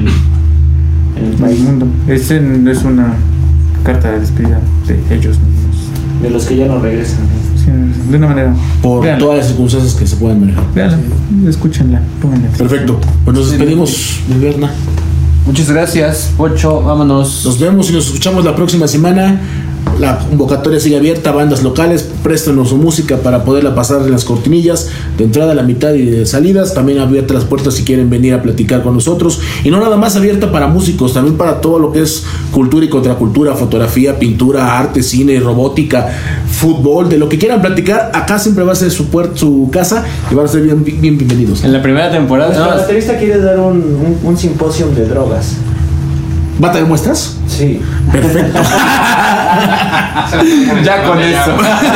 en el país. Es una carta de despedida de ellos mismos. De los que ya no regresan. Sí, de una manera. Por Véanla. todas las circunstancias que se puedan manejar. Véanla, escúchenla, pónganla. Perfecto. Pues nos despedimos, mi Berna. Muchas gracias, Pocho. Vámonos. Nos vemos y nos escuchamos la próxima semana. La convocatoria sigue abierta, bandas locales, préstenos su música para poderla pasar en las cortinillas, de entrada, la mitad y de salidas. También abierta las puertas si quieren venir a platicar con nosotros. Y no nada más abierta para músicos, también para todo lo que es cultura y contracultura, fotografía, pintura, arte, cine, robótica, fútbol, de lo que quieran platicar. Acá siempre va a ser su casa y van a ser bien bienvenidos. En la primera temporada. Nuestro baterista quiere dar un simposio de drogas. ¿Va a tener muestras? Sí. Perfecto. Ya con eso.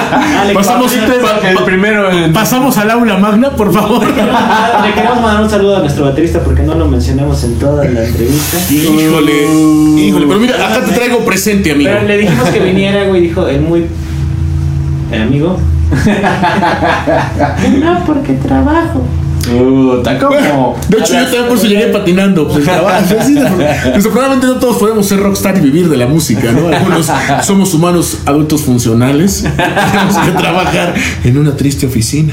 Pasamos al aula magna, por favor. Le queremos mandar un saludo a nuestro baterista porque no lo mencionamos en toda la entrevista. Híjole, pero mira, acá te traigo presente, amigo. Pero le dijimos que viniera, güey, dijo el amigo. No, porque trabajo. Como. De hecho, yo también por eso llegué patinando. Pues, desafortunadamente no todos podemos ser rockstar y vivir de la música, ¿no? Algunos somos humanos adultos funcionales. Tenemos que trabajar en una triste oficina.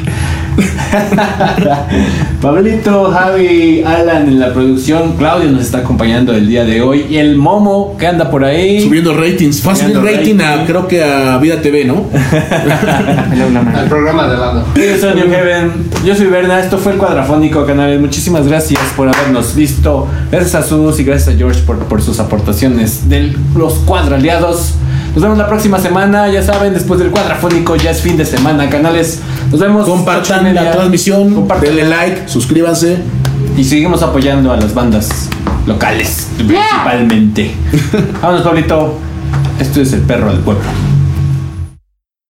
Pablito, Javi, Alan en la producción. Claudio nos está acompañando el día de hoy. Y el Momo que anda por ahí subiendo ratings. Va a subir rating creo que a Vida TV, ¿no? Al programa de lado. Yo soy New Heaven. Yo soy Berna. Esto fue el Cuadrafónico, canales. Muchísimas gracias por habernos visto. Gracias a Sus y gracias a George por sus aportaciones de los cuadraleados. Nos vemos la próxima semana. Ya saben, después del Cuadrafónico ya es fin de semana, canales. Nos vemos. Compartan la transmisión, denle like, suscríbanse y seguimos apoyando a las bandas locales principalmente. Vámonos, Pablito. Esto es El Perro del Pueblo.